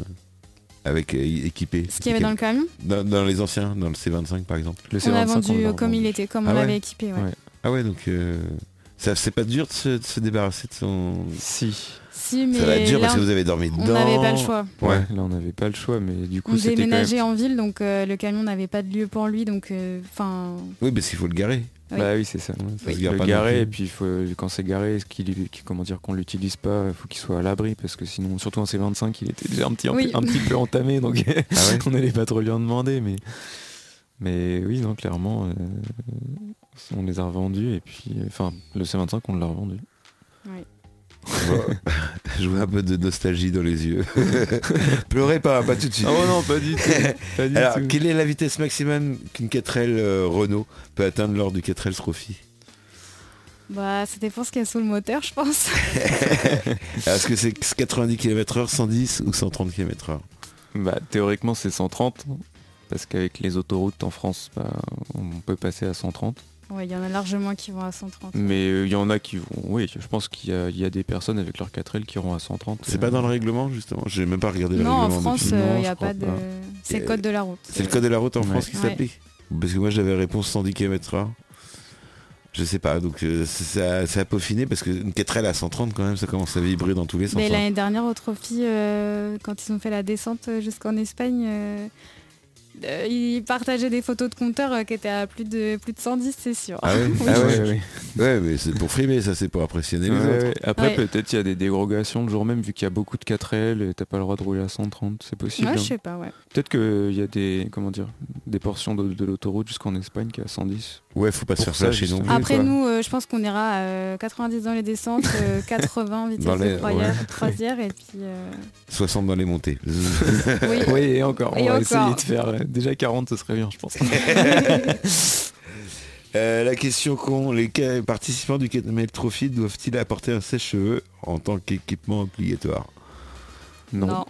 avec équipé? Ce qu'il y avait dans le camion dans les anciens, dans le C25 par exemple. Le C25, on a vendu comme il était, comme on l'avait équipé. Ouais. Ah ouais, donc... c'est pas dur de se débarrasser de son... Si, mais ça va être dur parce que vous avez dormi dedans. On n'avait pas le choix. Ouais, là on n'avait pas le choix, mais du coup on déménageait en ville, donc le camion n'avait pas de lieu pour lui, donc oui, parce qu'il faut le garer. Oui. Bah oui, c'est ça. Il faut le garer et puis quand c'est garé, qu'on l'utilise pas, il faut qu'il soit à l'abri parce que sinon, surtout en C25, il était déjà un petit peu entamé, donc on n'allait pas trop lui en demander, mais Mais oui, non, clairement, on les a revendus et puis, le C25, on l'a revendu. Oui. Bon, je vois un peu de nostalgie dans les yeux. Pleurez pas tout de suite. Oh non, pas du tout. Pas du Alors, tout. quelle est la vitesse maximum qu'une 4L Renault peut atteindre lors du 4L Trophy? Bah, ça dépend ce qu'il y a sous le moteur, je pense. Est-ce que c'est 90 km/h, 110 ou 130 km/h? Bah, théoriquement, c'est 130. Parce qu'avec les autoroutes en France, on peut passer à 130. Ouais, il y en a largement qui vont à 130. Mais il y en a qui vont... Oui, je pense qu'il y a des personnes avec leur 4L qui iront à 130. C'est pas dans le règlement, justement? J'ai même pas regardé le non, règlement. en France, il n'y a pas de... C'est le code de la route. C'est le code de la route en France qui s'applique? Parce que moi, j'avais réponse 110 km/h. Je sais pas, donc ça a peaufiné parce qu'une 4L à 130 quand même, ça commence à vibrer dans tous les sens. Mais l'année dernière au Trophy, quand ils ont fait la descente jusqu'en Espagne, ils partageaient des photos de compteurs qui étaient à plus de 110, c'est sûr. Ah ouais, oui. ah ouais. Ouais, mais c'est pour frimer, ça, c'est pour impressionner les autres. Ouais. Après, peut-être il y a des dérogations le jour même, vu qu'il y a beaucoup de 4L et t'as pas le droit de rouler à 130, c'est possible. Ouais, je sais pas, ouais. Peut-être qu'il y a des portions de l'autoroute jusqu'en Espagne qui est à 110. Ouais, faut pas se faire ça chez nous. Après, nous, je pense qu'on ira à 90 dans les descentes, 80 vitesse de croisière et puis... 60 dans les montées. Oui, et encore, on va essayer de faire... Déjà 40, ce serait bien, je pense. La question con, les participants du 4L Trophy doivent-ils apporter un sèche-cheveux en tant qu'équipement obligatoire? Non.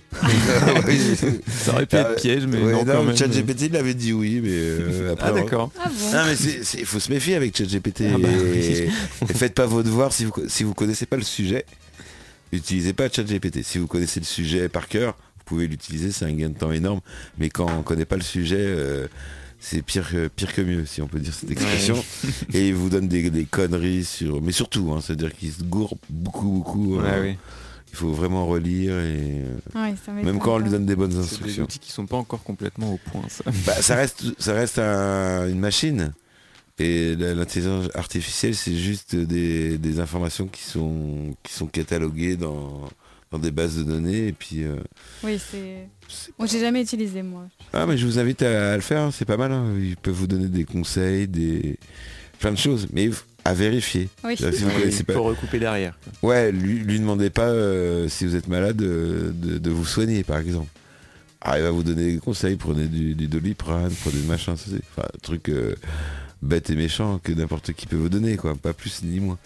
Ça aurait pu être piège, mais non, quand même. ChatGPT l'avait dit oui, mais après... Ah d'accord. Ah bon. Non, mais il faut se méfier avec ChatGPT. Et faites pas vos devoirs si vous connaissez pas le sujet. N'utilisez pas ChatGPT. Si vous connaissez le sujet par cœur, vous pouvez l'utiliser, c'est un gain de temps énorme. Mais quand on connaît pas le sujet, c'est pire que mieux, si on peut dire cette expression. Ouais. Et il vous donne des conneries sur... Mais surtout, c'est-à-dire qu'il se gourre beaucoup. Oui. Il faut vraiment relire et même quand on lui donne des bonnes instructions. C'est des outils qui sont pas encore complètement au point. Ça reste une machine. Et l'intelligence artificielle, c'est juste des informations qui sont cataloguées dans des bases de données. Et puis, oui, c'est... Bon, j'ai jamais utilisé, moi. Ah, mais je vous invite à le faire, c'est pas mal. Ils peuvent vous donner des conseils, plein de choses. Mais à vérifier. Oui. Si vous connaissez pas... Pour recouper derrière. Ouais, lui demandez pas si vous êtes malade de vous soigner, par exemple. Ah, il va vous donner des conseils, prenez du Doliprane, prenez du machin, un truc bête et méchant que n'importe qui peut vous donner, quoi, pas plus ni moins.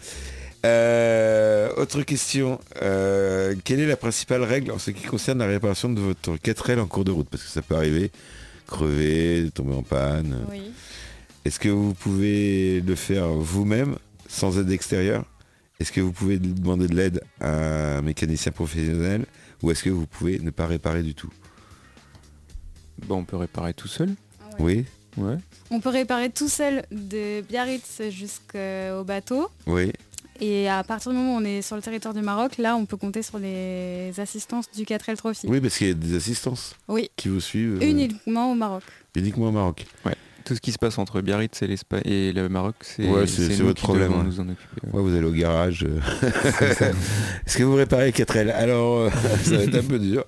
Autre question, quelle est la principale règle en ce qui concerne la réparation de votre 4L en cours de route? Parce que ça peut arriver, crever, tomber en panne. Oui. Est-ce que vous pouvez le faire vous-même, sans aide extérieure? Est-ce que vous pouvez demander de l'aide à un mécanicien professionnel? Ou est-ce que vous pouvez ne pas réparer du tout? On peut réparer tout seul. Oui. Ouais. On peut réparer tout seul de Biarritz jusqu'au bateau. Oui. Et à partir du moment où on est sur le territoire du Maroc, là, on peut compter sur les assistances du 4L Trophy. Oui, parce qu'il y a des assistances qui vous suivent. Uniquement au Maroc. Uniquement au Maroc. Ouais. Tout ce qui se passe entre Biarritz et l'Espagne et le Maroc, c'est votre problème. Nous en occuper. Ouais, vous allez au garage. Est-ce que vous réparez 4L? Alors, ça va être un peu dur.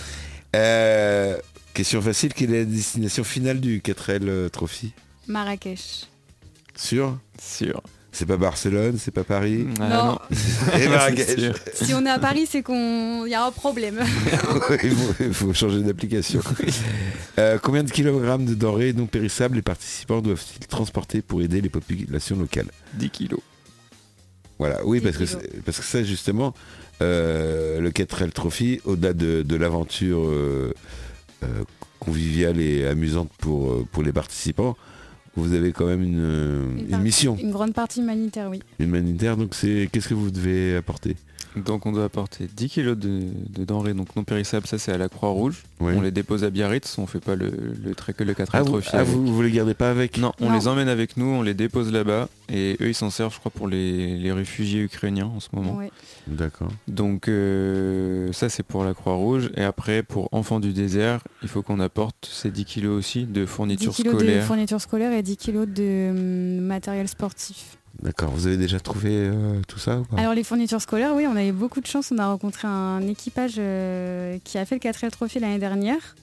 Question facile, quelle est la destination finale du 4L Trophy? Marrakech. Sûr? C'est pas Barcelone, c'est pas Paris? Non. Et Marrakech. Si on est à Paris, c'est qu'il y a un problème. Il faut changer d'application. Combien de kilogrammes de denrées non périssables les participants doivent-ils transporter pour aider les populations locales? 10 kilos. Voilà, oui, parce que ça, justement, le 4L Trophy, au-delà de l'aventure conviviale et amusante pour les participants, vous avez quand même une mission. Une grande partie humanitaire, oui. Humanitaire, donc qu'est-ce que vous devez apporter? Donc on doit apporter 10 kilos de denrées donc non périssables, ça c'est à la Croix-Rouge. Oui. On les dépose à Biarritz, on fait pas le 4L Trophy. Vous les gardez pas avec? Non, on les emmène avec nous, on les dépose là-bas et eux ils s'en servent je crois pour les réfugiés ukrainiens en ce moment. Oui. D'accord. Donc ça c'est pour la Croix-Rouge et après pour Enfants du désert, il faut qu'on apporte ces 10 kilos aussi de fournitures 10 kilos scolaires. de fournitures scolaires et 10 kilos de matériel sportif. D'accord, vous avez déjà trouvé tout ça ou pas? Alors les fournitures scolaires, oui, on a eu beaucoup de chance, on a rencontré un équipage qui a fait le 4L Trophy l'année dernière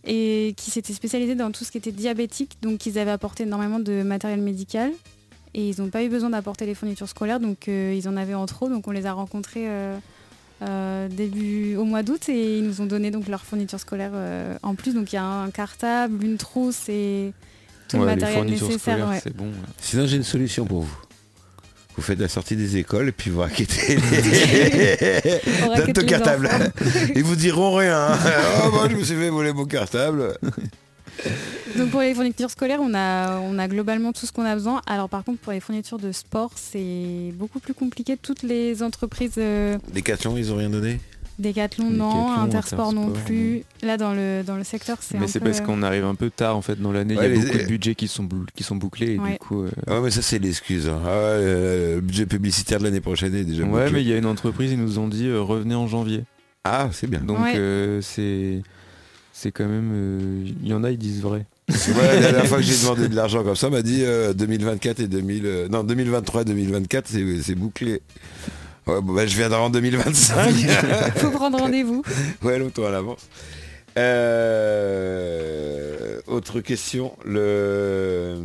et qui s'étaient spécialisés dans tout ce qui était diabétique, donc ils avaient apporté énormément de matériel médical et ils n'ont pas eu besoin d'apporter les fournitures scolaires, donc ils en avaient en trop, donc on les a rencontrés début au mois d'août et ils nous ont donné donc leurs fournitures scolaires en plus, donc il y a un cartable, une trousse et tout le matériel nécessaire. Ouais. C'est bon. Sinon j'ai une solution pour vous. Vous faites la sortie des écoles et puis vous raquettez notre cartable. Ils vous diront rien. Oh, moi je me suis fait voler mon cartable. Donc pour les fournitures scolaires, on a globalement tout ce qu'on a besoin. Alors par contre pour les fournitures de sport, c'est beaucoup plus compliqué. Toutes les entreprises... Decathlon, ils ont rien donné? Decathlon non, Intersport non plus. Là dans le secteur c'est mais c'est parce qu'on arrive un peu tard en fait dans l'année, il y a beaucoup de budgets qui sont bouclés et du coup... Ah mais ça c'est l'excuse. Le budget publicitaire de l'année prochaine est déjà bouclé. Ouais mais il y a une entreprise, ils nous ont dit revenez en janvier. Ah c'est bien. Donc c'est quand même... Il y en a, ils disent vrai. Ouais, la dernière fois que j'ai demandé de l'argent comme ça, m'a dit 2024 et 2023 et 2024 c'est bouclé. Ouais, je viendrai en 2025. Faut prendre rendez-vous. Ouais, longtemps à l'avance. Autre question, le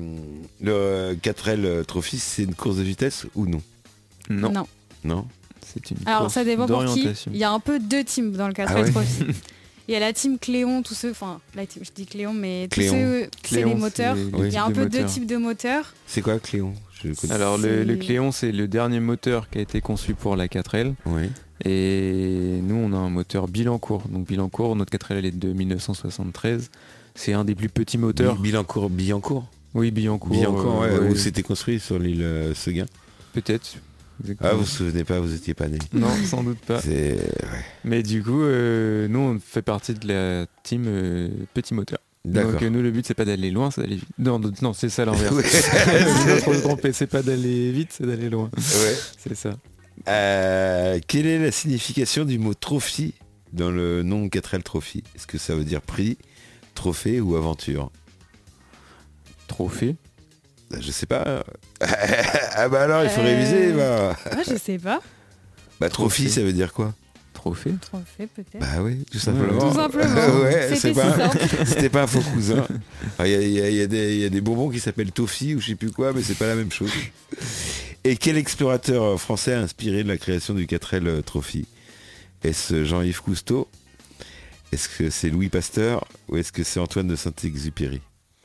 4L Trophy, c'est une course de vitesse ou non? Non. C'est une Alors course ça dépend pour qui. d'orientation. Il y a un peu deux teams dans le 4L Trophy. Il y a la team Cléon, tous ceux, enfin la team, je dis Cléon, mais tous ceux, c'est les moteurs. Il y a un peu deux types de moteurs. C'est quoi Cléon? Alors le Cléon, c'est le dernier moteur qui a été conçu pour la 4L. Oui. Et nous on a un moteur Billancourt. Donc Billancourt, notre 4L elle est de 1973. C'est un des plus petits moteurs. Billancourt. Oui, Billancourt. Où c'était construit sur l'île Seguin. Peut-être. Exactement. Ah, vous vous souvenez pas, vous étiez pas né. Non, sans doute pas. Mais du coup, nous on fait partie de la team petit moteur. D'accord. Donc nous le but c'est pas d'aller loin, c'est d'aller vite. Non, c'est ça l'inverse. C'est pas d'aller vite, c'est d'aller loin. Ouais. C'est ça. Quelle est la signification du mot trophy dans le nom 4L Trophy? Est-ce que ça veut dire prix, trophée ou aventure? Trophée. Je sais pas. Ah bah alors il faut réviser. Moi je sais pas. Bah trophy ça veut dire quoi? Trophée peut-être. Bah oui, tout simplement. Tout simplement. Ouais, C'était c'était pas un faux cousin. Il y a des bonbons qui s'appellent Toffee ou je sais plus quoi, mais c'est pas la même chose. Et quel explorateur français a inspiré de la création du 4L Trophy? Est-ce Jean-Yves Cousteau? Est-ce que c'est Louis Pasteur? Ou est-ce que c'est Antoine de Saint-Exupéry?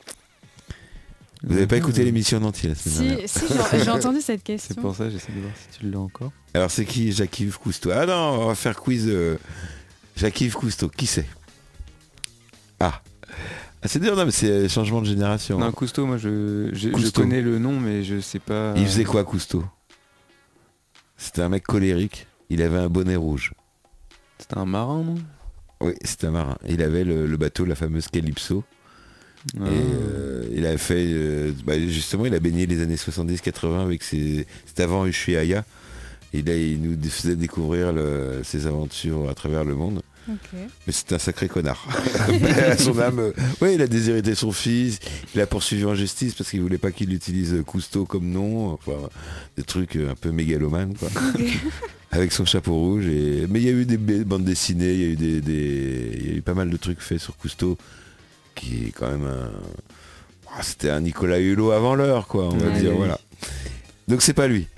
Vous n'avez pas écouté l'émission en entier la semaine dernière? Si, j'ai entendu cette question. C'est pour ça j'essaie de voir si tu l'as encore. Alors c'est qui Jacques-Yves Cousteau? Ah non, on va faire quiz Jacques-Yves Cousteau. Qui c'est? Ah c'est dur, non mais c'est changement de génération. Non, Cousteau, moi je connais le nom mais je sais pas... Il faisait quoi Cousteau? C'était un mec colérique, il avait un bonnet rouge. C'était un marin, non? Oui, c'était un marin. Il avait le bateau, la fameuse Calypso. Ah. Et il a fait justement il a baigné les années 70-80 avec c'était avant Ushuaïa, et là il nous faisait découvrir ses aventures à travers le monde. Okay. Mais c'est un sacré connard. Son âme, il a déshérité son fils, il a poursuivi en justice parce qu'il voulait pas qu'il utilise Cousteau comme nom, enfin des trucs un peu mégalomanes quoi. Okay. Avec son chapeau rouge mais il y a eu des bandes dessinées, il y a eu pas mal de trucs faits sur Cousteau, qui est quand même c'était un Nicolas Hulot avant l'heure quoi, on va dire, oui. Voilà. Donc c'est pas lui.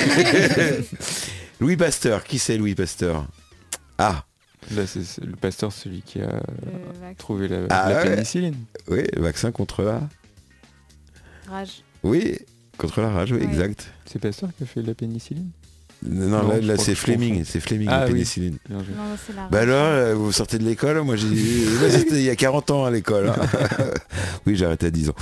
Louis Pasteur, qui c'est Louis Pasteur? Ah, là c'est le Pasteur, celui qui a trouvé la pénicilline. Oui, vaccin contre la rage. Oui, contre la rage, oui, ouais. Exact. C'est Pasteur qui a fait la pénicilline? Non, là c'est Fleming, la pénicilline. Oui. Non, c'est la rage. Bah alors, vous sortez de l'école, moi c'était il y a 40 ans à l'école. Hein. Oui, j'ai arrêté à 10 ans.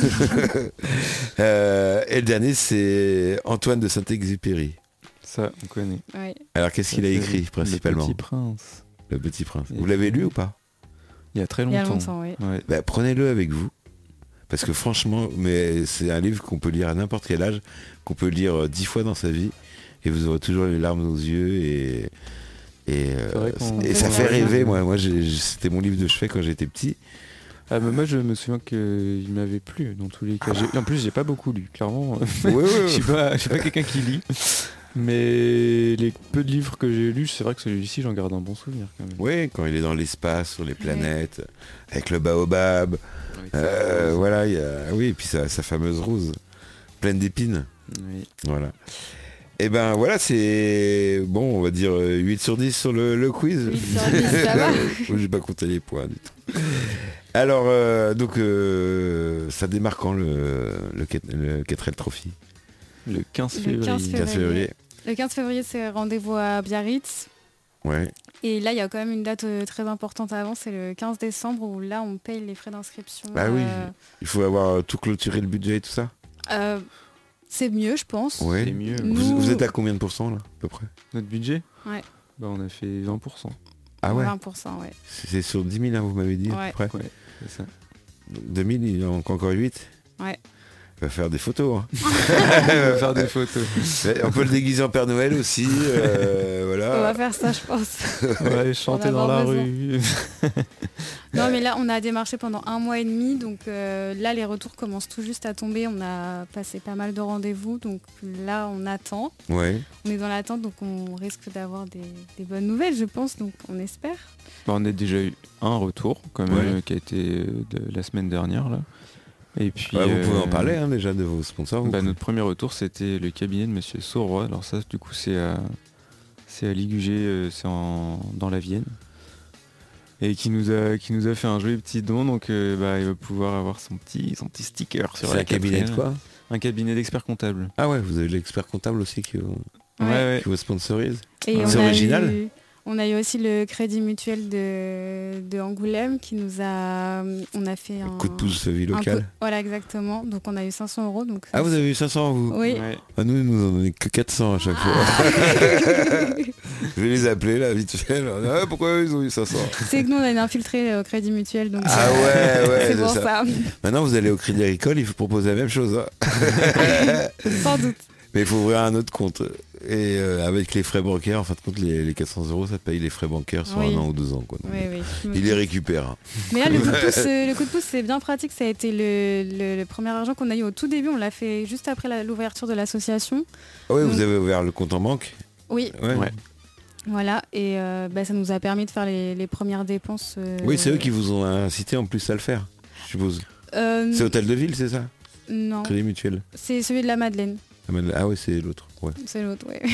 Et le dernier, c'est Antoine de Saint-Exupéry. Ça, on connaît. Oui. Alors, qu'est-ce qu'il a écrit principalement? Le Petit Prince. Le Petit Prince. Vous l'avez lu ou pas? Il y a très longtemps. Il y a longtemps, oui. Ouais. Bah, prenez-le avec vous. Parce que franchement, mais c'est un livre qu'on peut lire à n'importe quel âge, qu'on peut lire 10 fois dans sa vie. Et vous aurez toujours les larmes aux yeux et ça fait rêver. Moi c'était mon livre de chevet quand j'étais petit. Ah mais moi je me souviens qu'il m'avait plu dans tous les cas. En plus j'ai pas beaucoup lu, clairement. Ouais. Je suis pas quelqu'un qui lit. Mais les peu de livres que j'ai lus, c'est vrai que celui-ci, j'en garde un bon souvenir quand même. Oui, quand il est dans l'espace, sur les planètes, avec le baobab. Voilà, oui, et puis sa fameuse rose, pleine d'épines. Oui. Voilà. Et ben voilà, c'est bon, on va dire 8 sur 10 sur le quiz. 8 sur 10, ça va. J'ai pas compté les points du tout. Alors, donc, ça démarre quand le Quetrel Trophy? Le 15 février. Le 15 février. Le 15 février, c'est rendez-vous à Biarritz. Ouais. Et là, il y a quand même une date très importante avant, c'est le 15 décembre où là, on paye les frais d'inscription. Ah oui, il faut avoir tout clôturé le budget et tout ça. C'est mieux, je pense. Ouais. C'est mieux. Vous êtes à combien de pourcents là, à peu près? Notre budget? Ouais. Bah, on a fait 20%. Ah ouais. 20%, ouais. C'est sur 10 000, hein, vous m'avez dit à peu près. Ouais, c'est ça. 2000, il en manque encore 8. Ouais. Il va faire des photos. Hein. Il va faire des photos. On peut le déguiser en Père Noël aussi. Voilà. On va faire ça, je pense. Ouais, chanter dans la rue. Non, mais là, on a démarché pendant 1 mois et demi. Donc là, les retours commencent tout juste à tomber. On a passé pas mal de rendez-vous. Donc là, on attend. Ouais. On est dans l'attente, donc on risque d'avoir des bonnes nouvelles, je pense. Donc on espère. Bah, on a déjà eu un retour, quand même, qui a été de la semaine dernière, là. Et puis, vous pouvez en parler déjà de vos sponsors. Notre premier retour, c'était le cabinet de Monsieur Sauroy. Alors ça, du coup, c'est à Ligugé, c'est dans la Vienne, et qui nous a fait un joli petit don. Donc, il va pouvoir avoir son petit sticker sur la. C'est un cabinet de quoi? Un cabinet d'experts comptables. Ah ouais, vous avez l'expert comptable aussi qui vous sponsorise. Et c'est original. On a eu aussi le Crédit Mutuel de Angoulême qui nous a... On a fait un coup de pouce vie locale. Voilà, exactement. Donc on a eu 500 €. Donc vous avez eu 500 vous? Oui. Ouais. Nous en donnons que 400 à chaque fois. Je vais les appeler là, vite fait. Pourquoi ils ont eu 500? C'est que nous on a infiltré au Crédit Mutuel. Donc ouais, c'est pour ça. Maintenant vous allez au Crédit Agricole, il faut proposer la même chose. Hein. Sans doute. Mais il faut ouvrir un autre compte. Et avec les frais bancaires, en fin de compte, les 400 €, ça paye les frais bancaires sur 1 an ou 2 ans. Quoi. Oui. Il les récupère. Mais là, le coup de pouce, c'est bien pratique. Ça a été le premier argent qu'on a eu au tout début. On l'a fait juste après l'ouverture de l'association. Ah oui, vous avez ouvert le compte en banque? Oui. Ouais. Voilà, et ça nous a permis de faire les premières dépenses. Oui, c'est eux qui vous ont incité en plus à le faire, je suppose. C'est Hôtel de Ville, c'est ça? Non. Crédit Mutuel. C'est celui de la Madeleine. Ah oui, c'est l'autre. Ouais. C'est l'autre, oui.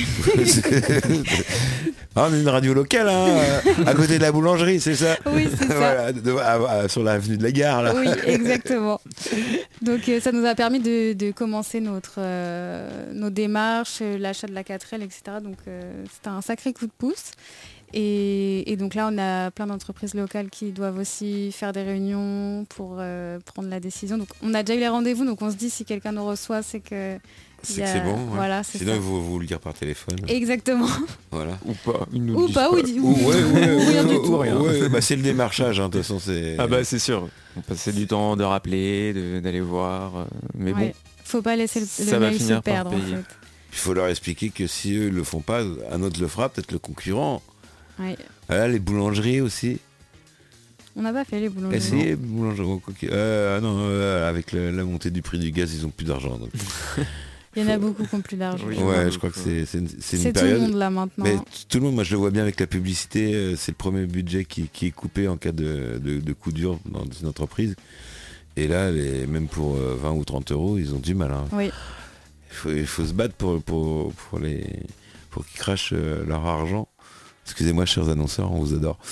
On est une radio locale, à côté de la boulangerie, c'est ça? Oui, c'est ça. Voilà, sur l'avenue de la Gare, là. Oui, exactement. Donc ça nous a permis de commencer nos démarches, l'achat de la 4L, etc. Donc c'était un sacré coup de pouce. Et donc là, on a plein d'entreprises locales qui doivent aussi faire des réunions pour prendre la décision. Donc on a déjà eu les rendez-vous, donc on se dit si quelqu'un nous reçoit, c'est que... C'est que c'est bon. Ouais. Voilà, sinon, il faut vous le dire par téléphone. Exactement. Voilà. Ou pas. Ou rien du tout. C'est le démarchage, de toute façon. C'est sûr. On passait du temps de rappeler, d'aller voir. Mais bon. Faut pas laisser le mail se perdre, en fait. Il faut leur expliquer que si eux le font pas, un autre le fera, peut-être le concurrent. Ouais. Voilà, les boulangeries aussi. On n'a pas fait les boulangeries. Essayez boulangerie. Avec la montée du prix du gaz, ils ont plus d'argent. Donc. Il y en a beaucoup qui n'ont plus d'argent. Oui, je crois que c'est une période. Tout le monde là maintenant. Mais tout le monde, moi je le vois bien avec la publicité, c'est le premier budget qui est coupé en cas de coup dur dans une entreprise. Et là, même pour 20 ou 30 €, ils ont du mal. Hein. Oui. Il faut se battre pour qu'ils crachent leur argent. Excusez-moi, chers annonceurs, on vous adore.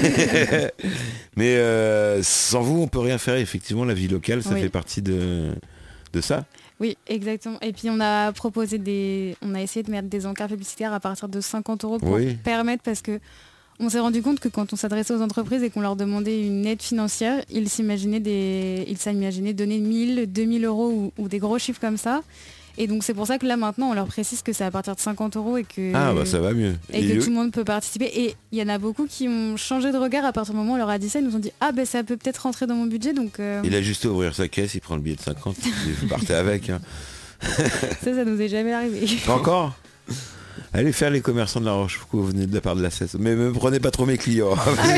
Mais sans vous, on peut rien faire. Effectivement, la vie locale, ça fait partie de ça. Oui, exactement. Et puis on a essayé de mettre des encarts publicitaires à partir de 50 € pour permettre, parce que on s'est rendu compte que quand on s'adressait aux entreprises et qu'on leur demandait une aide financière, ils s'imaginaient donner 1000, 2000 € ou des gros chiffres comme ça. Et donc c'est pour ça que là maintenant on leur précise que c'est à partir de 50 € et que ça va mieux. Et que tout le monde peut participer. Et il y en a beaucoup qui ont changé de regard à partir du moment où on leur a dit ça. Ils nous ont dit ça peut peut-être rentrer dans mon budget. Donc il a juste à ouvrir sa caisse, il prend le billet de 50, il partez avec. Hein. Ça nous est jamais arrivé. Pas encore. Allez faire les commerçants de La Rochefoucauld, vous venez de la part de la CES. Mais ne prenez pas trop mes clients.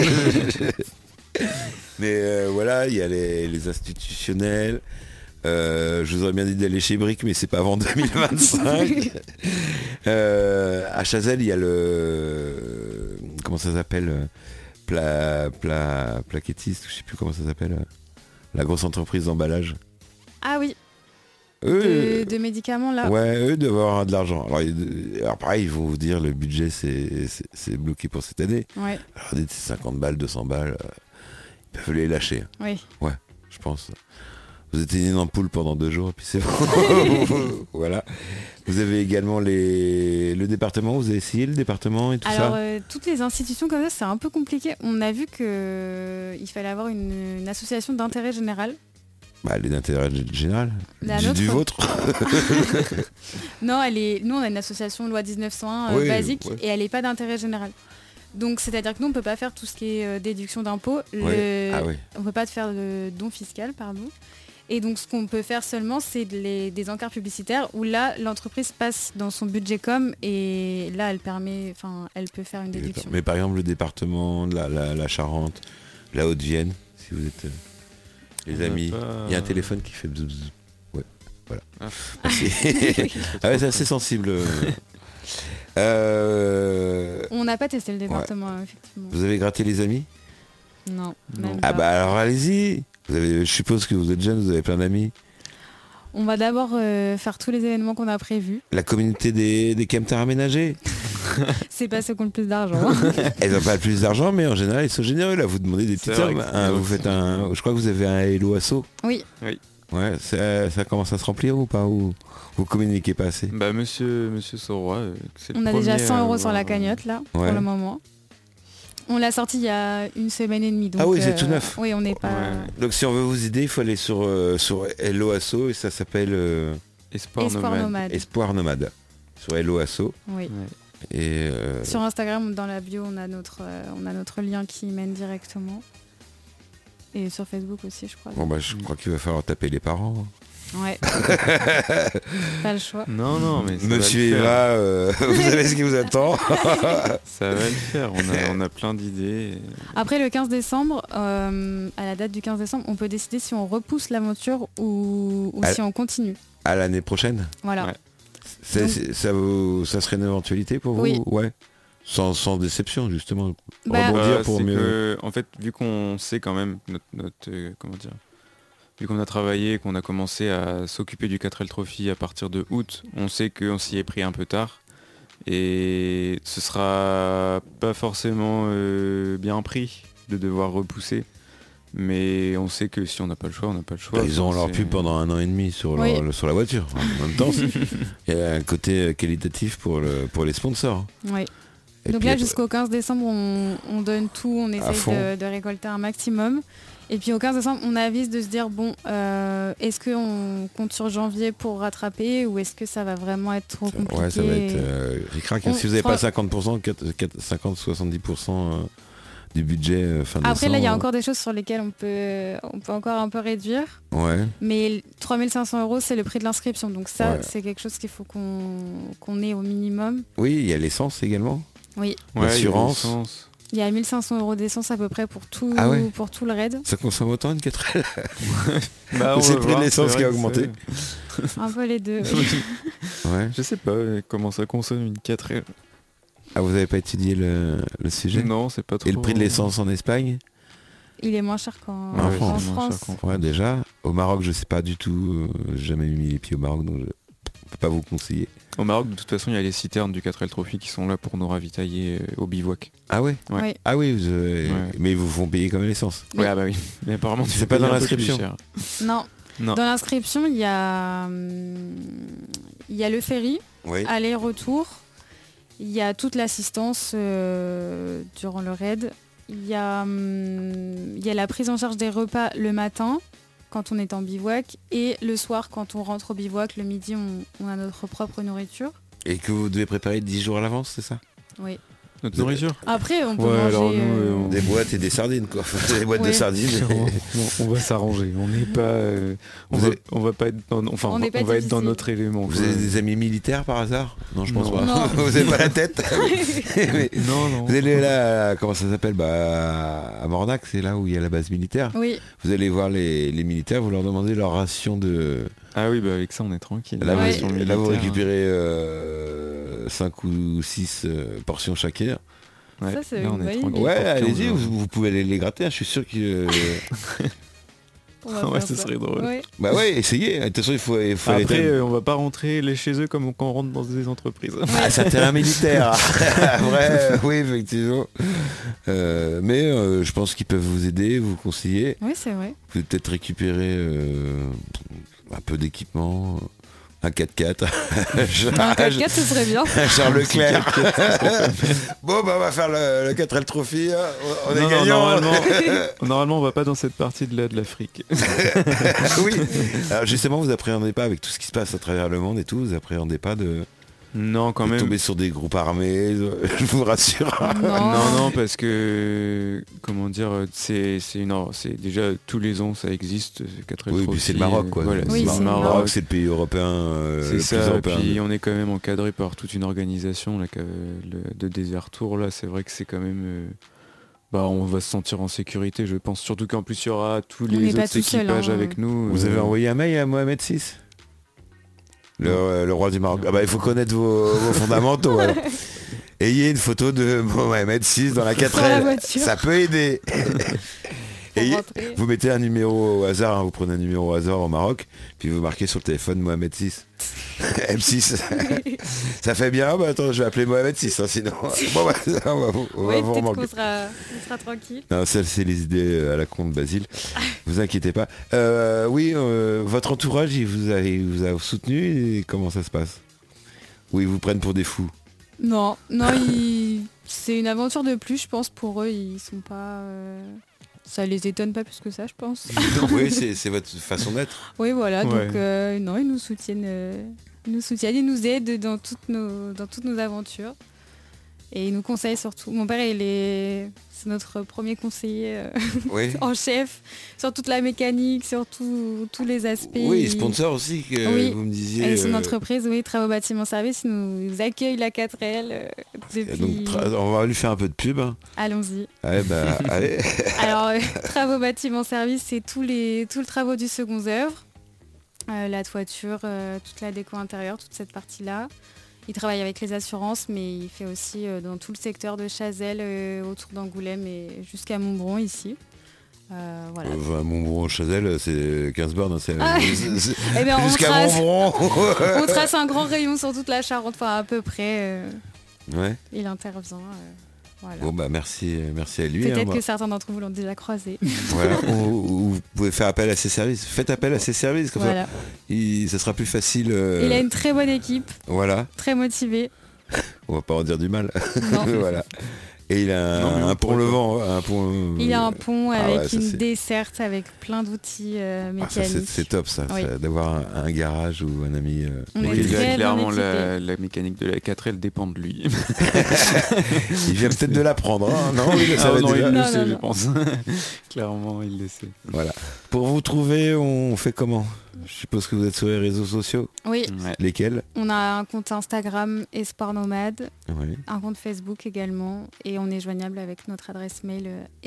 Mais voilà, il y a les institutionnels. Je vous aurais bien dit d'aller chez Brick, mais c'est pas avant 2025. À Chazelles, il y a le... Comment ça s'appelle plaquettiste, je sais plus comment ça s'appelle. La grosse entreprise d'emballage. Ah oui. Eux, de médicaments là. Ouais, eux doivent avoir de l'argent. Alors pareil, ils vont vous dire le budget c'est bloqué pour cette année. Ouais. Alors des 50 balles, 200 balles, ils peuvent les lâcher. Oui. Ouais, je pense. Vous éteignez une ampoule pendant 2 jours et puis c'est bon. Voilà. Vous avez également le département, vous avez essayé le département et tout ça. Alors toutes les institutions comme ça, c'est un peu compliqué. On a vu qu'il fallait avoir une association d'intérêt général. Bah, elle est d'intérêt général. Du vôtre. Non, nous on a une association loi 1901 basique et elle n'est pas d'intérêt général. Donc c'est-à-dire que nous on peut pas faire tout ce qui est déduction d'impôts. On peut pas faire de don fiscal, pardon. Et donc ce qu'on peut faire seulement c'est des encarts publicitaires où là l'entreprise passe dans son budget com et là elle peut faire une déduction. Mais par exemple le département, la Charente, la Haute-Vienne, si vous êtes... Les amis, il y a un téléphone qui fait bzz bzz. Ouais, voilà. Ah ouais, c'est assez sensible. On n'a pas testé le département, effectivement. Vous avez gratté les amis? Non. Ah bah alors allez-y. Je suppose que vous êtes jeune, vous avez plein d'amis. On va d'abord faire tous les événements qu'on a prévus. La communauté des chemtards aménagés. C'est pas ceux qui ont le plus d'argent. Elles n'ont pas le plus d'argent, mais en général, ils sont généreux. Là, vous demandez des petites sommes. Vous faites je crois que vous avez un Hello Asso. Oui. Ouais, ça commence à se remplir ou pas, ou vous communiquez pas assez? Bah, monsieur Soroy, c'est on a déjà 100 € sur la cagnotte, là, pour le moment. On l'a sorti il y a 1 semaine et demie. Donc, ah oui, c'est tout neuf. Oui, on n'est pas... Donc si on veut vous aider, il faut aller sur Hello Asso et ça s'appelle... Espoir Nomade. Espoir Nomade. Sur Hello Asso. Oui. Et sur Instagram, dans la bio, on a notre lien qui mène directement. Et sur Facebook aussi, je crois. Bon bah je crois qu'il va falloir taper les parents. Ouais. Pas le choix. Non, mais Monsieur Eva, vous savez ce qui vous attend. Ça va le faire, on a plein d'idées. Après le 15 décembre, à la date du 15 décembre, on peut décider si on repousse l'aventure ou si on continue. À l'année prochaine. Voilà. Ouais. Ça serait une éventualité pour vous? Oui. Ouais. Sans déception, justement. En fait, vu qu'on sait quand même vu qu'on a travaillé, qu'on a commencé à s'occuper du 4L Trophy à partir de août, on sait qu'on s'y est pris un peu tard. Et ce sera pas forcément bien pris de devoir repousser. Mais on sait que si on n'a pas le choix, on n'a pas le choix. Ils auront leur pub pendant 1 an et demi sur la voiture. En même temps, il y a un côté qualitatif pour les sponsors. Oui. Et donc là, jusqu'au 15 décembre, on donne tout, on essaye de récolter un maximum. Et puis au 15 décembre, on avise de se dire, bon, est-ce qu'on compte sur janvier pour rattraper ou est-ce que ça va vraiment être trop compliqué? Ouais, ça va être ric-rac. Si vous n'avez pas 50%, 50-70% du budget fin décembre. Après là il y a encore des choses sur lesquelles on peut encore un peu réduire. Ouais. Mais 3 500 € c'est le prix de l'inscription. Donc ça c'est quelque chose qu'il faut qu'on ait au minimum. Oui, il y a l'essence également. Oui. L'assurance. Il y a 1 500 € d'essence à peu près pour tout, pour tout le raid. Ça consomme autant une 4L? C'est le prix de l'essence qui a augmenté. Un peu les deux. Ouais. Je sais pas comment ça consomme une 4L. Ah, vous n'avez pas étudié le sujet? Non, c'est pas trop. Et le prix de l'essence en Espagne? Il est moins cher qu'en France. Ouais, déjà. Au Maroc, je sais pas du tout. J'ai jamais mis les pieds au Maroc, donc je peux pas vous conseiller. Au Maroc, de toute façon, il y a les citernes du 4L Trophy qui sont là pour nous ravitailler au bivouac. Ah ouais, ouais. Ah oui, mais ils vous font payer comme l'essence. Oui, ah bah oui. Mais apparemment, c'est pas dans l'inscription. Non. Dans l'inscription, il y a le ferry, aller-retour. Il y a toute l'assistance durant le raid. Il y a la prise en charge des repas le matin quand on est en bivouac et le soir quand on rentre au bivouac. Le midi, on a notre propre nourriture. Et que vous devez préparer 10 jours à l'avance, c'est ça? Oui. Notre nourriture? Après, on peut manger... Alors nous, des boîtes et des sardines, quoi. Des boîtes de sardines. On va s'arranger. On n'est pas... on va pas être dans... Enfin, on va être dans notre élément. Vous avez des amis militaires, par hasard? Non, je pense pas. Non. Vous n'avez pas la tête? Non. Vous allez là, comment ça s'appelle? À Mornac, c'est là où il y a la base militaire. Oui. Vous allez voir les militaires, vous leur demandez leur ration de... Ah oui, avec ça, on est tranquille. Là, vous récupérez 5 ou 6 portions chacun. Ouais, ça c'est une bonne idée. Ouais, allez-y, vous pouvez aller les gratter, hein, je suis sûr que... Ouais, ce serait drôle. Ouais. Bah ouais, essayez. De toute façon, il faut Après, on va pas rentrer chez eux comme quand on rentre dans des entreprises. Ah, c'est un terrain militaire. Vrai, oui, effectivement. Mais je pense qu'ils peuvent vous aider, vous conseiller. Oui, c'est vrai. Vous pouvez peut-être récupérer un peu d'équipement. Un 4x4. Un 4x4, ce serait bien. Charles Leclerc. Bon, bah, on va faire le 4L Trophy. On est gagnant. Normalement, on va pas dans cette partie de l'Afrique. Oui. Alors, justement, vous appréhendez pas avec tout ce qui se passe à travers le monde et tout, vous appréhendez pas de... Non, quand même. Tomber sur des groupes armés, je vous rassure. Non, parce que comment dire, c'est déjà tous les ans ça existe. 4L oui, puis c'est le Maroc, quoi. Voilà, oui, c'est le Maroc, c'est le pays européen. c'est ça. Et puis on est quand même encadré par toute une organisation là, de Desert Tour là. C'est vrai que c'est quand même. On va se sentir en sécurité, je pense. Surtout qu'en plus il y aura tous les autres équipages avec nous. Vous avez envoyé un mail à Mohamed VI, le roi du Maroc. Ah bah il faut connaître vos fondamentaux. Alors. Ayez une photo de Mohamed VI dans la 4L. Ça peut aider. Et vous mettez un numéro au hasard, hein, vous prenez un numéro au hasard au Maroc, puis vous marquez sur le téléphone Mohamed VI. M6. Ça fait bien, attends, je vais appeler Mohamed VI, hein, sinon. Bon, on va vous remanquer. On sera tranquille. Non, ça c'est les idées à la con de Basile. Vous inquiétez pas. Oui, votre entourage, il vous a soutenu et comment ça se passe? Oui, ils vous prennent pour des fous. Non, c'est une aventure de plus, je pense, pour eux, ils sont pas... Ça les étonne pas plus que ça, je pense. Oui, c'est votre façon d'être. Oui, voilà, donc non, ils nous soutiennent, ils nous aident dans toutes nos aventures. Et ils nous conseillent surtout. Mon père, c'est notre premier conseiller en chef sur toute la mécanique, sur tous les aspects. Oui, sponsor aussi, vous me disiez. Et son entreprise, Travaux Bâtiments Services, nous accueille la 4L depuis... Donc, on va lui faire un peu de pub. Hein. Allons-y. Allez. Alors, Travaux Bâtiments Services, c'est tout le travaux du second œuvre. La toiture, toute la déco intérieure, toute cette partie-là. Il travaille avec les assurances, mais il fait aussi dans tout le secteur de Chazelles, autour d'Angoulême et jusqu'à Montbron ici. Voilà. Montbron, Chazelles, c'est 15 bornes. Jusqu'à Montbron. On trace un grand rayon sur toute la Charente, enfin à peu près. Il intervient. Voilà. Bon merci à lui. Peut-être que certains d'entre vous l'ont déjà croisé. Voilà. Vous pouvez faire appel à ses services. Faites appel à ses services, comme ça. Ça sera plus facile. Il a une très bonne équipe. Voilà. Très motivé. On va pas en dire du mal. Non. Voilà. Et il a un pont levant. Il a un pont avec une desserte, avec plein d'outils mécaniques. C'est top ça, d'avoir un garage ou un ami. Clairement, la mécanique de la 4L dépend de lui. Il vient peut-être de l'apprendre, hein, non? Il le sait, je pense. Clairement, il le sait. Voilà. Pour vous trouver, on fait comment? Je suppose que vous êtes sur les réseaux sociaux. Oui. Lesquels? On a un compte Instagram Espoir Nomade, un compte Facebook également, et on est joignable avec notre adresse mail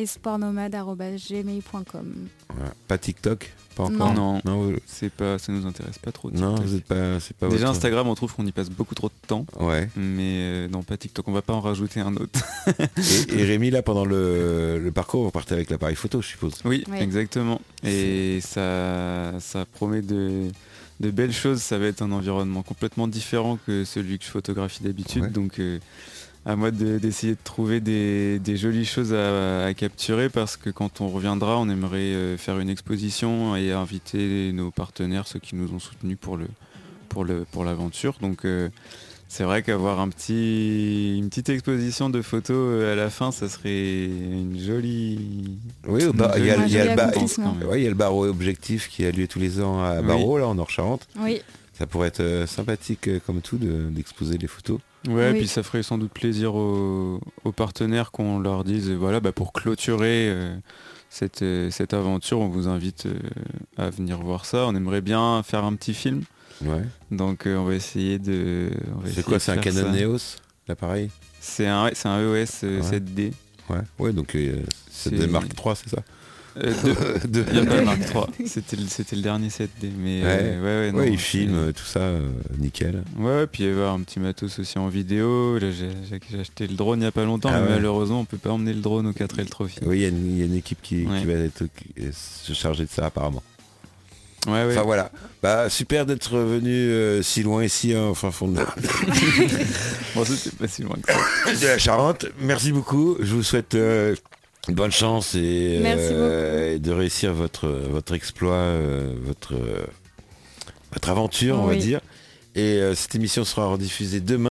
espoirnomade@gmail.com. Voilà. Pas TikTok? Pas encore? Non, ça nous intéresse pas trop. TikTok. Non, vous êtes pas. C'est pas déjà votre... Instagram, on trouve qu'on y passe beaucoup trop de temps. Ouais. Mais non, pas TikTok. On va pas en rajouter un autre. et Rémi, là, pendant le parcours, vous partez avec l'appareil photo, je suppose. Oui, exactement. Et ça promet de belles choses. Ça va être un environnement complètement différent que celui que je photographie d'habitude. Donc à moi d'essayer de trouver des jolies choses à capturer, parce que quand on reviendra, on aimerait faire une exposition et inviter nos partenaires, ceux qui nous ont soutenus pour l'aventure. Donc c'est vrai qu'avoir une petite exposition de photos à la fin, ça serait une jolie... Oui, il y a le Barreau Objectif qui a lieu tous les ans à Barreau, là, en Nord-Charente. Oui. Ça pourrait être sympathique comme tout d'exposer les photos. Ouais, puis ça ferait sans doute plaisir aux partenaires qu'on leur dise, pour clôturer cette aventure, on vous invite à venir voir ça. On aimerait bien faire un petit film. Ouais. Donc on va essayer de... C'est quoi, c'est un Canon EOS, l'appareil? C'est un EOS 7D. Ouais, donc c'est des Mark III, c'est ça? Il n'y a pas le Mark 3. C'était le dernier 7D. Mais non, il filme tout ça, nickel. Ouais, puis il y avait un petit matos aussi en vidéo. Là, j'ai acheté le drone il n'y a pas longtemps, mais malheureusement on peut pas emmener le drone au 4L Trophy. Oui, il y a une équipe qui va se charger de ça apparemment. Ouais. Enfin voilà, super d'être venu si loin ici, au fin fond de bon, c'était pas si loin que ça. De la Charente. Merci beaucoup, je vous souhaite bonne chance et de réussir votre exploit, votre aventure, on va dire. Et cette émission sera rediffusée demain.